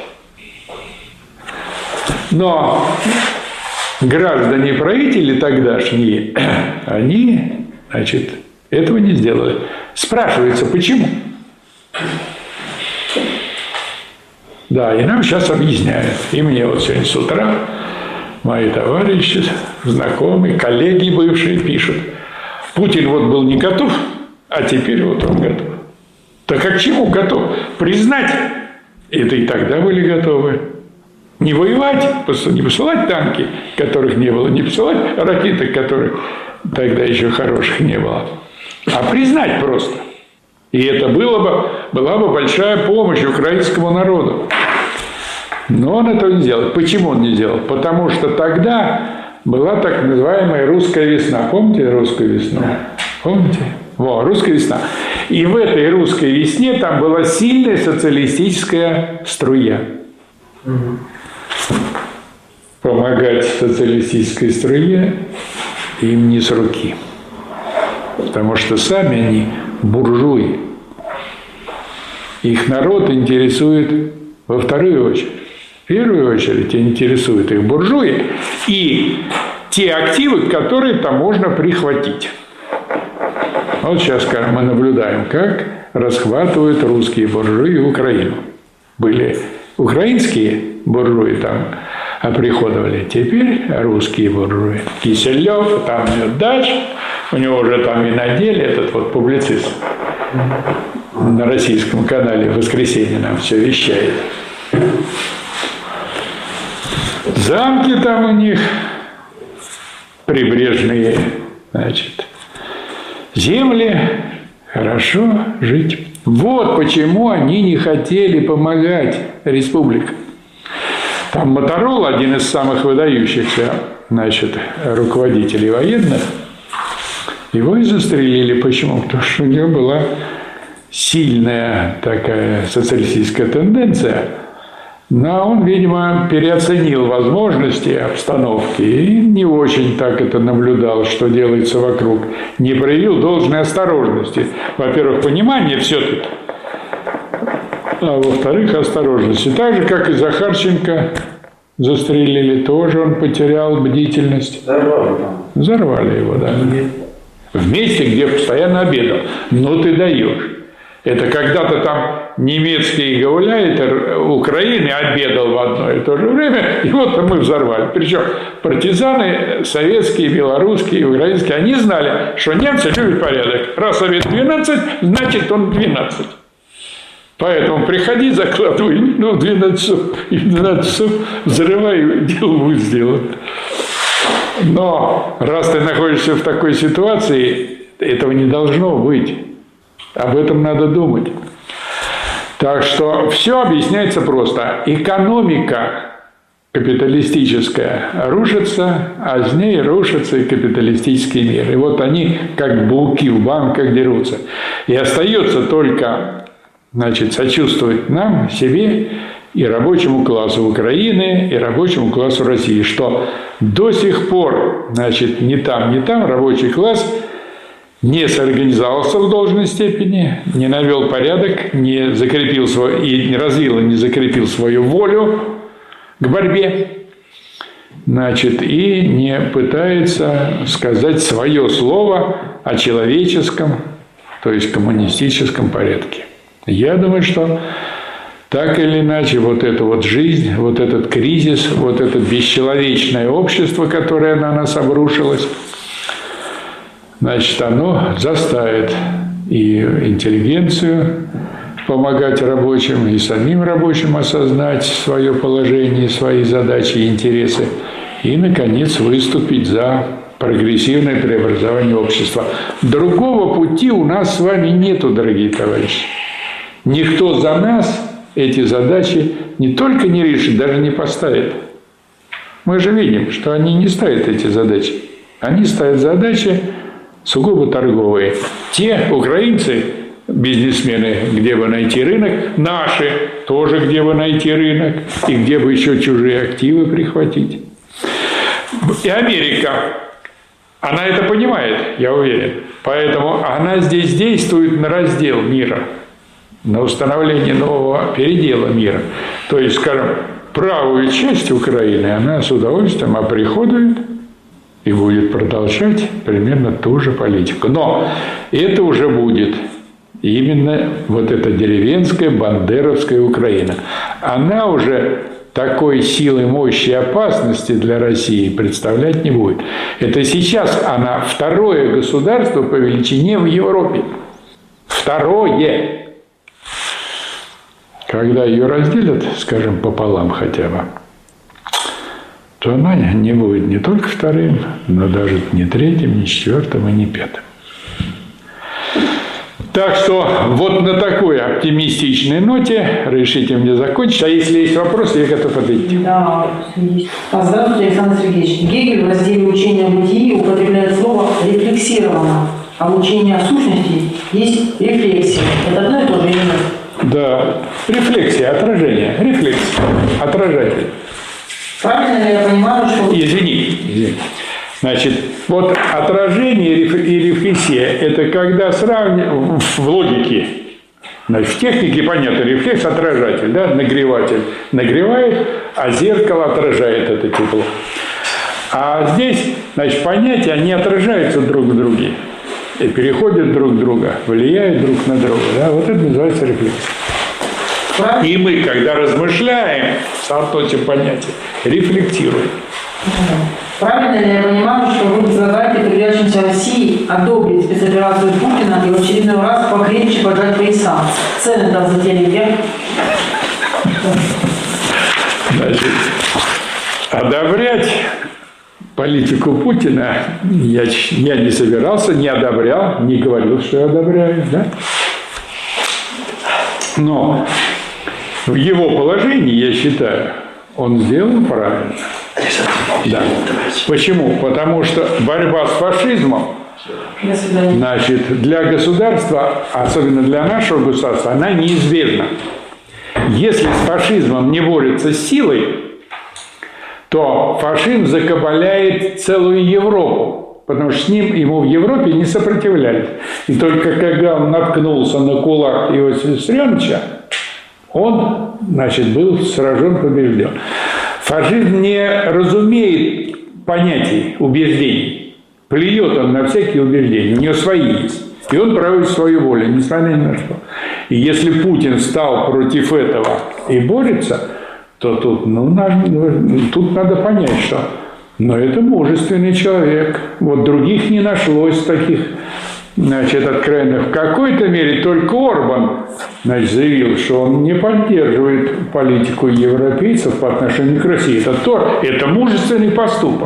Но граждане правители тогдашние, они, значит, этого не сделали. Спрашивается, почему? Да, и нам сейчас объясняют. И мне вот сегодня с утра мои товарищи, знакомые, коллеги бывшие пишут. Путин вот был не готов, а теперь вот он готов. Так а к чему готов? Признать, это и тогда были готовы. Не воевать, не посылать танки, которых не было, не посылать ракеты, которых тогда еще хороших не было, а признать просто. И это было бы, была бы большая помощь украинскому народу. Но он этого не сделал. Почему он не сделал? Потому что тогда была так называемая русская весна. Помните русскую весну? Помните? Во, русская весна. И в этой русской весне там была сильная социалистическая струя. Помогать социалистической струе им не с руки. Потому что сами они буржуи. Их народ интересует во вторую очередь. В первую очередь интересуют их буржуи и те активы, которые там можно прихватить. Вот сейчас мы наблюдаем, как расхватывают русские буржуи Украину. Были украинские буржуи там оприходовали, теперь русские буржуи. Киселев, там дальше, у него уже там виноделие, этот вот публицист на российском канале в воскресенье нам все вещает. Замки там у них прибрежные, значит, земли, хорошо жить. Вот почему они не хотели помогать республикам. Там Моторол, один из самых выдающихся, значит, руководителей военных, его и застрелили. Почему? Потому что у него была сильная такая социалистическая тенденция, но он, видимо, переоценил возможности обстановки и не очень так это наблюдал, что делается вокруг. Не проявил должной осторожности. Во-первых, понимание все-таки, а во-вторых, осторожности. Так же, как и Захарченко застрелили, тоже он потерял бдительность. Взорвали. Взорвали его, да. В месте, где постоянно обедал. Но ты даешь. Это когда-то там немецкий гауляйтер Украины обедал в одно и то же время, и вот мы взорвали. Причем партизаны советские, белорусские, украинские, они знали, что немцы любят порядок. Раз обед двенадцать, значит он двенадцать. Поэтому приходи, закладывай, ну, двенадцать часов, и двенадцать часов взрывай, дело будет сделано. Но раз ты находишься в такой ситуации, этого не должно быть. Об этом надо думать. Так что все объясняется просто. Экономика капиталистическая рушится, а с ней рушится и капиталистический мир. И вот они, как булки в банках, дерутся. И остается только, значит, сочувствовать нам, себе и рабочему классу Украины, и рабочему классу России, что до сих пор, значит, ни там, ни там рабочий класс не соорганизовался в должной степени, не навел порядок, не закрепил свой, и не развил, и не закрепил свою волю к борьбе, значит, и не пытается сказать свое слово о человеческом, то есть коммунистическом порядке. Я думаю, что так или иначе вот эта вот жизнь, вот этот кризис, вот это бесчеловечное общество, которое на нас обрушилось, значит, оно заставит и интеллигенцию помогать рабочим, и самим рабочим осознать свое положение, свои задачи и интересы, и, наконец, выступить за прогрессивное преобразование общества. Другого пути у нас с вами нету, дорогие товарищи. Никто за нас эти задачи не только не решит, даже не поставит. Мы же видим, что они не ставят эти задачи. Они ставят задачи сугубо торговые. Те украинцы, бизнесмены, где бы найти рынок, наши тоже где бы найти рынок, и где бы еще чужие активы прихватить. И Америка, она это понимает, я уверен. Поэтому она здесь действует на раздел мира, на установление нового передела мира. То есть, скажем, правую часть Украины она с удовольствием оприходует и будет продолжать примерно ту же политику. Но это уже будет именно вот эта деревенская бандеровская Украина. Она уже такой силы, мощи и опасности для России представлять не будет. Это сейчас она второе государство по величине в Европе. Второе. Когда ее разделят, скажем, пополам хотя бы, то она не будет не только вторым, но даже не третьим, не четвертым и не пятым. Так что вот на такой оптимистичной ноте решите мне закончить. А если есть вопросы, я готов ответить. Да, есть. Здравствуйте, Александр Сергеевич. Гегель в разделе «Учение о бытии» употребляет слово «рефлексировано», а в учении о сущности есть рефлексия. Это одно и то же или нет? Да, рефлексия, отражение, рефлексия, отражатель. Правильно ли я понимаю, что... Извини, извини. Значит, вот отражение и рефлексия – это когда сравниваем в логике. Значит, в технике понятно, рефлекс – отражатель, да, нагреватель нагревает, а зеркало отражает это тепло. А здесь, значит, понятия, они отражаются друг в друге и переходят друг в друга, влияют друг на друга. Да? Вот это называется рефлексия. И мы, когда размышляем, соотносим понятия, рефлектируем. Правильно ли я понимаю, что вы предлагаете трудящимся России одобрить спецоперацию Путина и в очередной раз покрепче поджать пояса? Цены там взлетели вверх. Значит, Одобрять политику Путина я, я не собирался, не одобрял, не говорил, что я одобряю, да? Но в его положении, я считаю, он сделал правильно. Да. Почему? Потому что борьба с фашизмом, значит, для государства, особенно для нашего государства, она неизбежна. Если с фашизмом не борется силой, то фашизм закабаляет целую Европу, потому что с ним ему в Европе не сопротивлялись. И только когда он наткнулся на кулак Иосифа Виссарионовича, он, значит, был сражен, побежден. Фашизм не разумеет понятий, убеждений. Плюет он на всякие убеждения. У него свои есть. И он проводит свою волю, несмотря ни на что. И если Путин стал против этого и борется, то тут, ну, надо, тут надо понять, что но это мужественный человек. Вот других не нашлось таких, значит, откровенных. В какой-то мере только Орбан, значит, заявил, что он не поддерживает политику европейцев по отношению к России. Это, то, это мужественный поступок.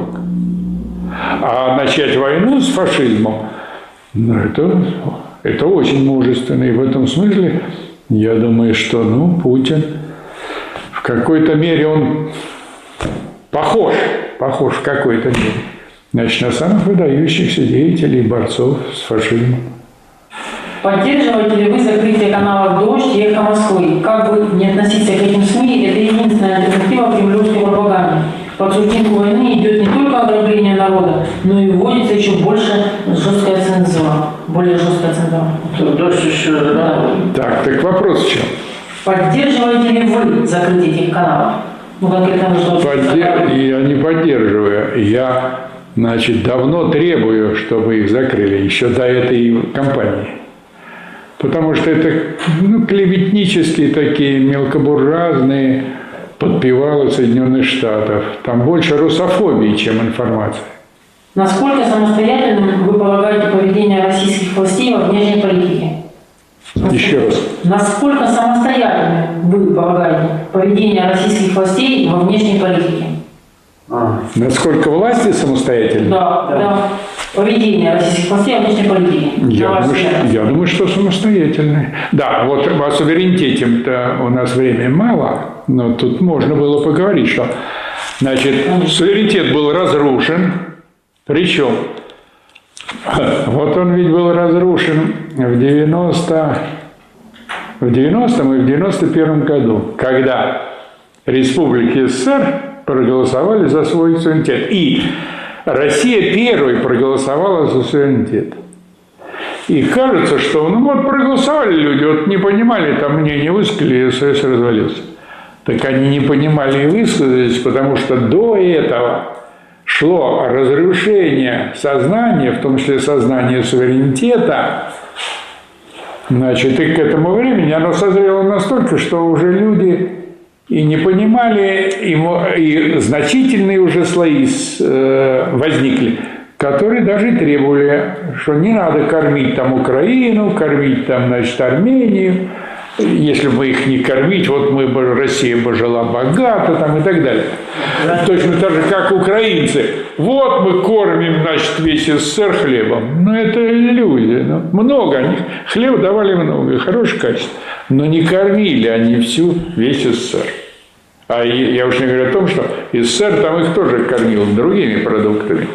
А начать войну с фашизмом, ну, это, это очень мужественно. И в этом смысле, я думаю, что, ну, Путин в какой-то мере он похож, похож в какой-то мере, значит, на самых выдающихся деятелей и борцов с фашизмом. Поддерживаете ли вы закрытие каналов «Дождь» и «Эхо Москвы»? Как вы не относиться к этим СМИ? Это единственная альтернатива кремлевской пропаганде. По обсуждению войны идет не только ограбление народа, но и вводится еще больше жесткая цензура. Более жесткая цензура. «Дождь» еще, да. Так, так вопрос в чем? Поддерживаете ли вы закрытие этих каналов? Ну, конкретно вы что? Поддер... Я не поддерживаю. Я, значит, давно требую, чтобы их закрыли, еще до этой кампании. Потому что это, ну, клеветнические такие, мелкобуржуазные подпевалы Соединенных Штатов. Там больше русофобии, чем информации. Насколько самостоятельным вы полагаете поведение российских властей во внешней политике? Еще раз. Насколько самостоятельным вы полагаете поведение российских властей во внешней политике? А. Насколько власти самостоятельны? Да, да. Поведение российских властей во внешней политике. Я, думаю, что, я думаю, что самостоятельные. Да, вот о суверенитете-то у нас времени мало, но тут можно было поговорить, что, значит, суверенитет был разрушен, причем вот он ведь был разрушен в девяностом, в девяностом и в девяносто первом году, когда республики СССР проголосовали за свой суверенитет. И Россия первой проголосовала за суверенитет. И кажется, что, ну вот проголосовали люди, вот не понимали, там мнение высказали, и СССР развалился. Так они не понимали и высказались, потому что до этого шло разрушение сознания, в том числе сознания суверенитета. Значит, и к этому времени оно созрело настолько, что уже люди и не понимали, и, и значительные уже слои э, возникли, которые даже требовали, что не надо кормить там Украину, кормить там, значит, Армению. Если бы их не кормить, вот мы бы, Россия бы жила богато, там, и так далее. Точно так же, как украинцы. Вот мы кормим, значит, весь СССР хлебом. Но это иллюзия. Ну, много они. Хлеб давали много, хорошее качество. Но не кормили они всю, весь СССР. А я уж не говорю о том, что СССР там их тоже кормил другими продуктами.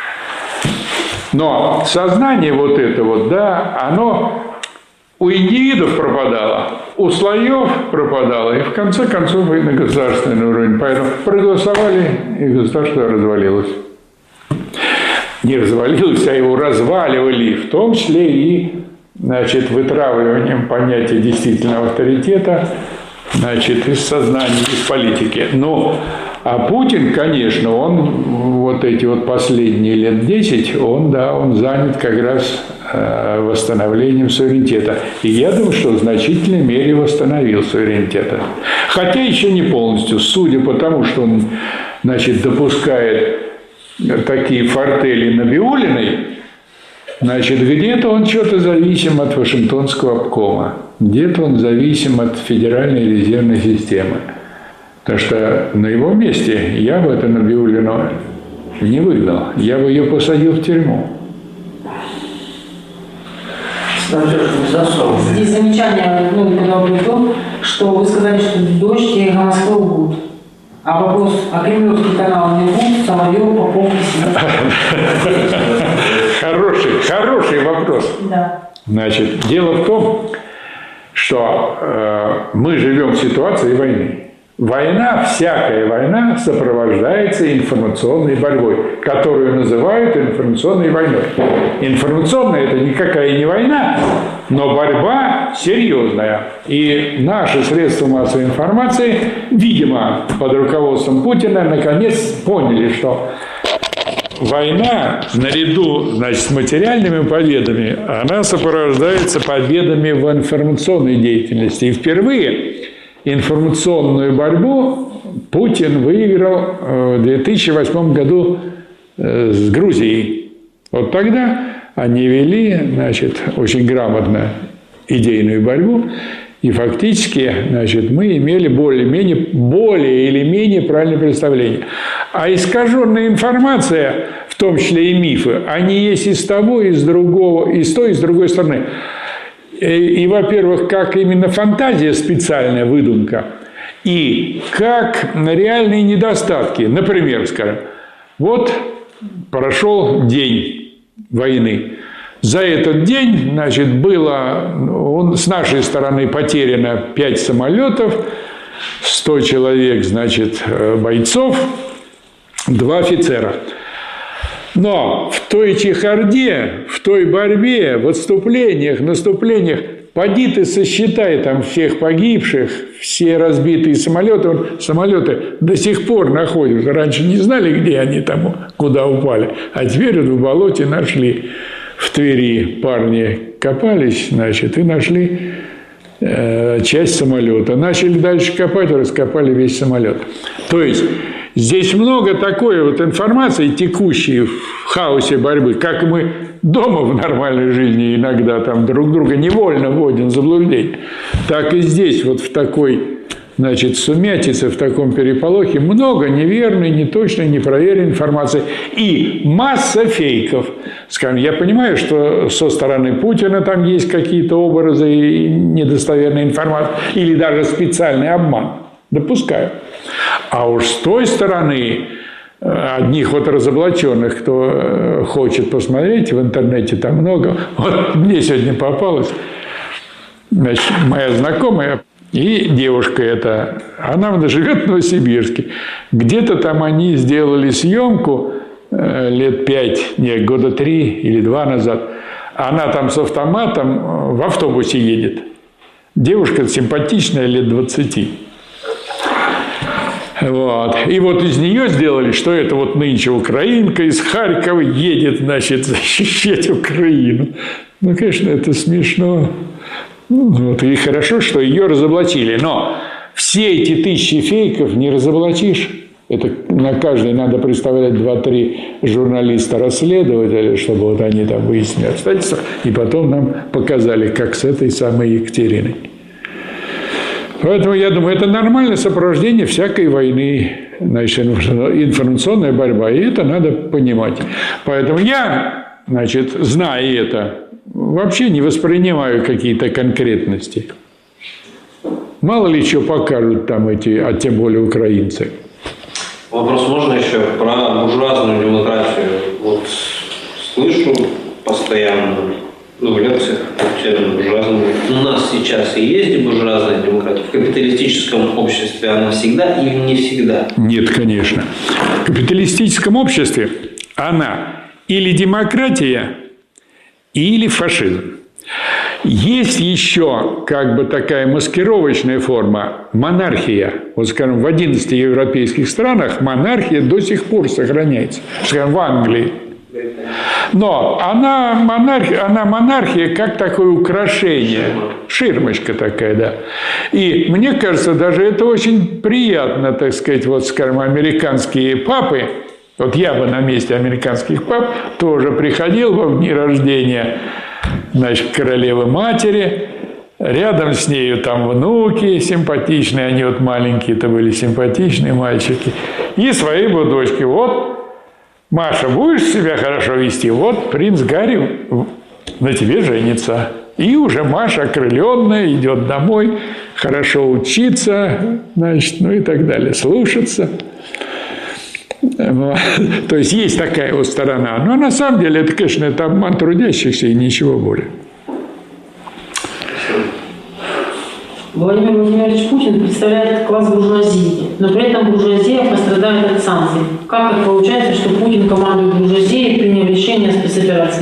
Но сознание вот это вот, да, оно у индивидов пропадало, у слоев пропадало, и в конце концов и на государственный уровень. Поэтому проголосовали, и государство развалилось. Не развалилось, а его разваливали, в том числе и, значит, вытравливанием понятия действительного авторитета, значит, из сознания, из политики. Но, а Путин, конечно, он вот эти вот последние лет десять, он, да, он занят как раз э, восстановлением суверенитета. И я думаю, что в значительной мере восстановил суверенитет. Хотя еще не полностью, судя по тому, что он, значит, допускает такие фортели Набиуллиной, значит, где-то он что-то зависим от Вашингтонского обкома, где-то он зависим от Федеральной резервной системы. Потому что на его месте я бы эту Набиуллину не выгнал. Я бы ее посадил в тюрьму. Здесь замечание, ну, подобное то, что вы сказали, что дождь и Москва лгут. А вопрос, а кремлевский канал не лгут, Соловьев, Попов и Хороший, хороший вопрос. Да. Значит, дело в том, что э, мы живем в ситуации войны. Война, всякая война сопровождается информационной борьбой, которую называют информационной войной. Информационная – это никакая не война, но борьба серьезная. И наши средства массовой информации, видимо, под руководством Путина, наконец поняли, что война, наряду, значит, с материальными победами, она сопровождается победами в информационной деятельности. И впервые информационную борьбу Путин выиграл в две тысячи восьмом году с Грузией. Вот тогда они вели, значит, очень грамотно идейную борьбу, и фактически, значит, мы имели более-менее, более или менее правильное представление. А искаженная информация, в том числе и мифы, они есть и с того, и с другого, и с той, и с другой стороны. И, и, во-первых, как именно фантазия, специальная выдумка, и как реальные недостатки. Например, скажем, вот прошел день войны. За этот день, значит, было он, с нашей стороны потеряно пять самолетов, сто человек, значит, бойцов, два офицера. Но в той чехарде, в той борьбе, в отступлениях, наступлениях, поди ты сосчитай там всех погибших, все разбитые самолеты. Самолеты до сих пор находятся. Раньше не знали, где они там, куда упали. А теперь в болоте нашли. В Твери парни копались, значит, и нашли э, часть самолета. Начали дальше копать, раскопали весь самолет. То есть здесь много такой вот информации, текущей в хаосе борьбы, как мы дома в нормальной жизни иногда там друг друга невольно вводим в заблуждение, так и здесь вот в такой, значит, сумятице, в таком переполохе много неверной, неточной, непроверенной информации и масса фейков. Скажем, я понимаю, что со стороны Путина там есть какие-то образы и недостоверная информация или даже специальный обман. Допускаю. А уж с той стороны одних вот разоблаченных, кто хочет посмотреть в интернете, там много. Вот мне сегодня попалась, значит, моя знакомая, и девушка эта, она живет в Новосибирске. Где-то там они сделали съемку лет пять, нет, года три или два назад. Она там с автоматом в автобусе едет. Девушка симпатичная, лет двадцати. Вот. И вот из нее сделали, что это вот нынче украинка из Харькова едет, значит, защищать Украину. Ну, конечно, это смешно. Вот. И хорошо, что ее разоблачили. Но все эти тысячи фейков не разоблачишь. Это на каждой надо представлять два-три журналиста-расследователя, чтобы вот они там выяснили обстоятельства. И потом нам показали, как с этой самой Екатериной. Поэтому, я думаю, это нормальное сопровождение всякой войны, значит, информационная борьба, и это надо понимать. Поэтому я, значит, зная это, вообще не воспринимаю какие-то конкретности. Мало ли что покажут там эти, а тем более украинцы. Вопрос можно еще про буржуазную демократию? Вот слышу постоянно, ну, в лекциях, термин буржуазный. У нас сейчас и есть буржуазная демократия. В капиталистическом обществе она всегда или не всегда? Нет, конечно. В капиталистическом обществе она или демократия, или фашизм. Есть еще как бы такая маскировочная форма – монархия. Вот, скажем, в одиннадцати европейских странах монархия до сих пор сохраняется. Скажем, в Англии. Но она монархия, она монархия как такое украшение. Ширмочка такая, да. И мне кажется, даже это очень приятно, так сказать, вот, скажем, американские папы. Вот я бы на месте американских пап тоже приходил во дни рождения, значит, королевы матери, Рядом с нею там внуки симпатичные, они вот маленькие-то были симпатичные мальчики. И своей бы дочке. Вот, Маша, будешь себя хорошо вести? Вот принц Гарри на тебе женится. И уже Маша, окрыленная, идет домой, хорошо учиться, значит, ну и так далее, слушаться. Ну, то есть есть такая вот сторона. Но на самом деле это, конечно, это обман трудящихся и ничего более. Владимир Владимирович Путин представляет класс буржуазии, но при этом буржуазия пострадает от санкций. Как так получается, что Путин командует буржуазией, приняв решение о спецоперации?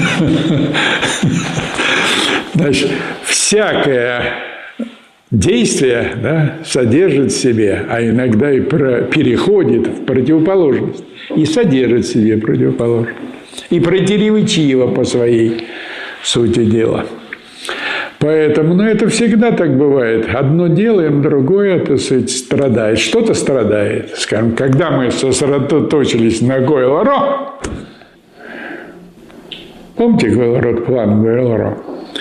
Значит, всякое действие, да, содержит в себе, а иногда и переходит в противоположность, и содержит в себе противоположность. И противоречиво по своей сути дела. Поэтому, ну, это всегда так бывает. Одно делаем, другое, так сказать, страдает. Что-то страдает. Скажем, когда мы сосредоточились на Гойл-Ро, помните Гойл-Ро, план Гойл-Ро?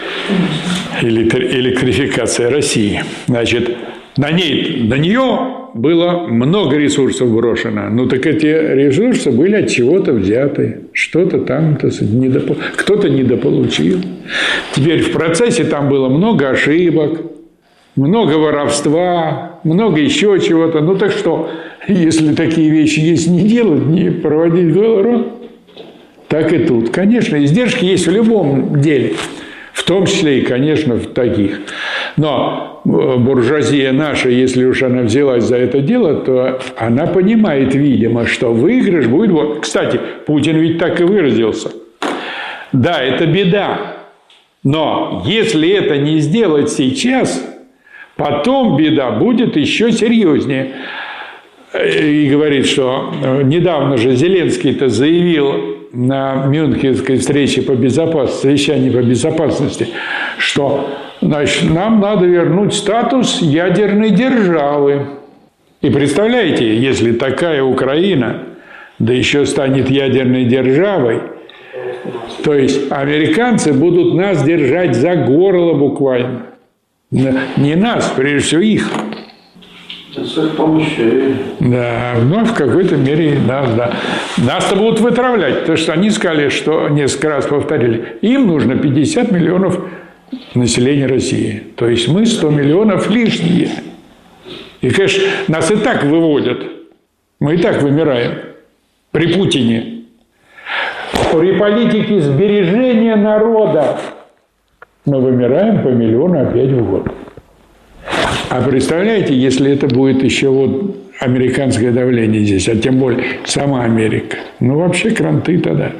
Электрификация России. Значит, на ней, на нее было много ресурсов брошено. Ну, так эти ресурсы были от чего-то взяты. Что-то там, так сказать, недоп... кто-то недополучил. Теперь в процессе там было много ошибок, много воровства, много еще чего-то. Ну, так что, если такие вещи есть, не делать, не проводить Гойл-Ро, так и тут. Конечно, издержки есть в любом деле. В том числе и, конечно, в таких. Но буржуазия наша, если уж она взялась за это дело, то она понимает, видимо, что выигрыш будет... Вот. Кстати, Путин ведь так и выразился. Да, это беда. Но если это не сделать сейчас, потом беда будет еще серьезнее. И говорит, что недавно же Зеленский-то заявил на Мюнхенской встрече по безопасности, совещании по безопасности, что, значит, нам надо вернуть статус ядерной державы. И представляете, если такая Украина, да еще станет ядерной державой, то есть американцы будут нас держать за горло буквально. Не нас, прежде всего их. С их помощью. Да, но в какой-то мере нас, да. Нас-то будут вытравлять, потому что они сказали, что несколько раз повторили, им нужно пятьдесят миллионов населения России. То есть мы сто миллионов лишние. И, конечно, нас и так выводят. Мы и так вымираем при Путине. При политике сбережения народа мы вымираем по миллиону опять в год. А представляете, если это будет еще вот американское давление здесь, а тем более сама Америка, ну вообще кранты тогда.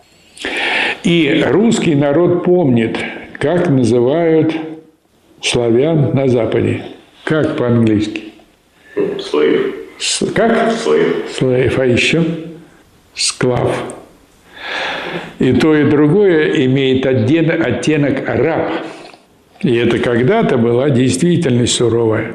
И русский народ помнит, как называют славян на Западе. Как по-английски? Слейв. Как? Слейв. Слейв. А еще? Склав. И то, и другое имеет оттенок раб. И это когда-то была действительность суровая.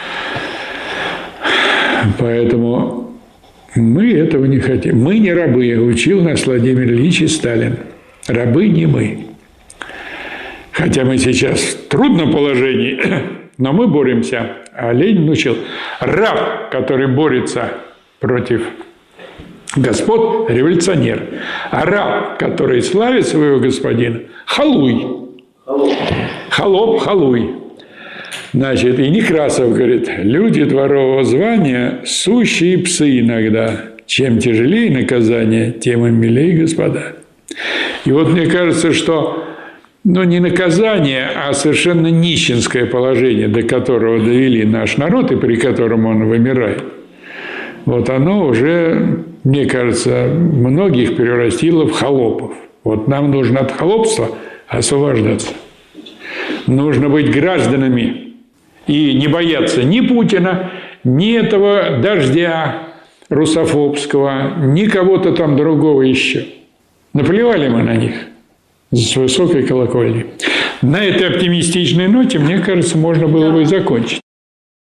Поэтому мы этого не хотим. Мы не рабы, учил нас Владимир Ильич Сталин. Рабы не мы. Хотя мы сейчас в трудном положении, но мы боремся. А Ленин учил. Раб, который борется против господ, революционер. А раб, который славит своего господина, халуй. Холоп, халуй. Значит, и Некрасов говорит, люди дворового звания – сущие псы иногда. Чем тяжелее наказание, тем им милее господа. И вот мне кажется, что ну, не наказание, а совершенно нищенское положение, до которого довели наш народ и при котором он вымирает, вот оно уже, мне кажется, многих превратило в холопов. Вот нам нужно от холопства освобождаться. Нужно быть гражданами и не бояться ни Путина, ни этого дождя русофобского, ни кого-то там другого еще. Наплевали мы на них с высокой колокольни. На этой оптимистичной ноте, мне кажется, можно было бы и закончить.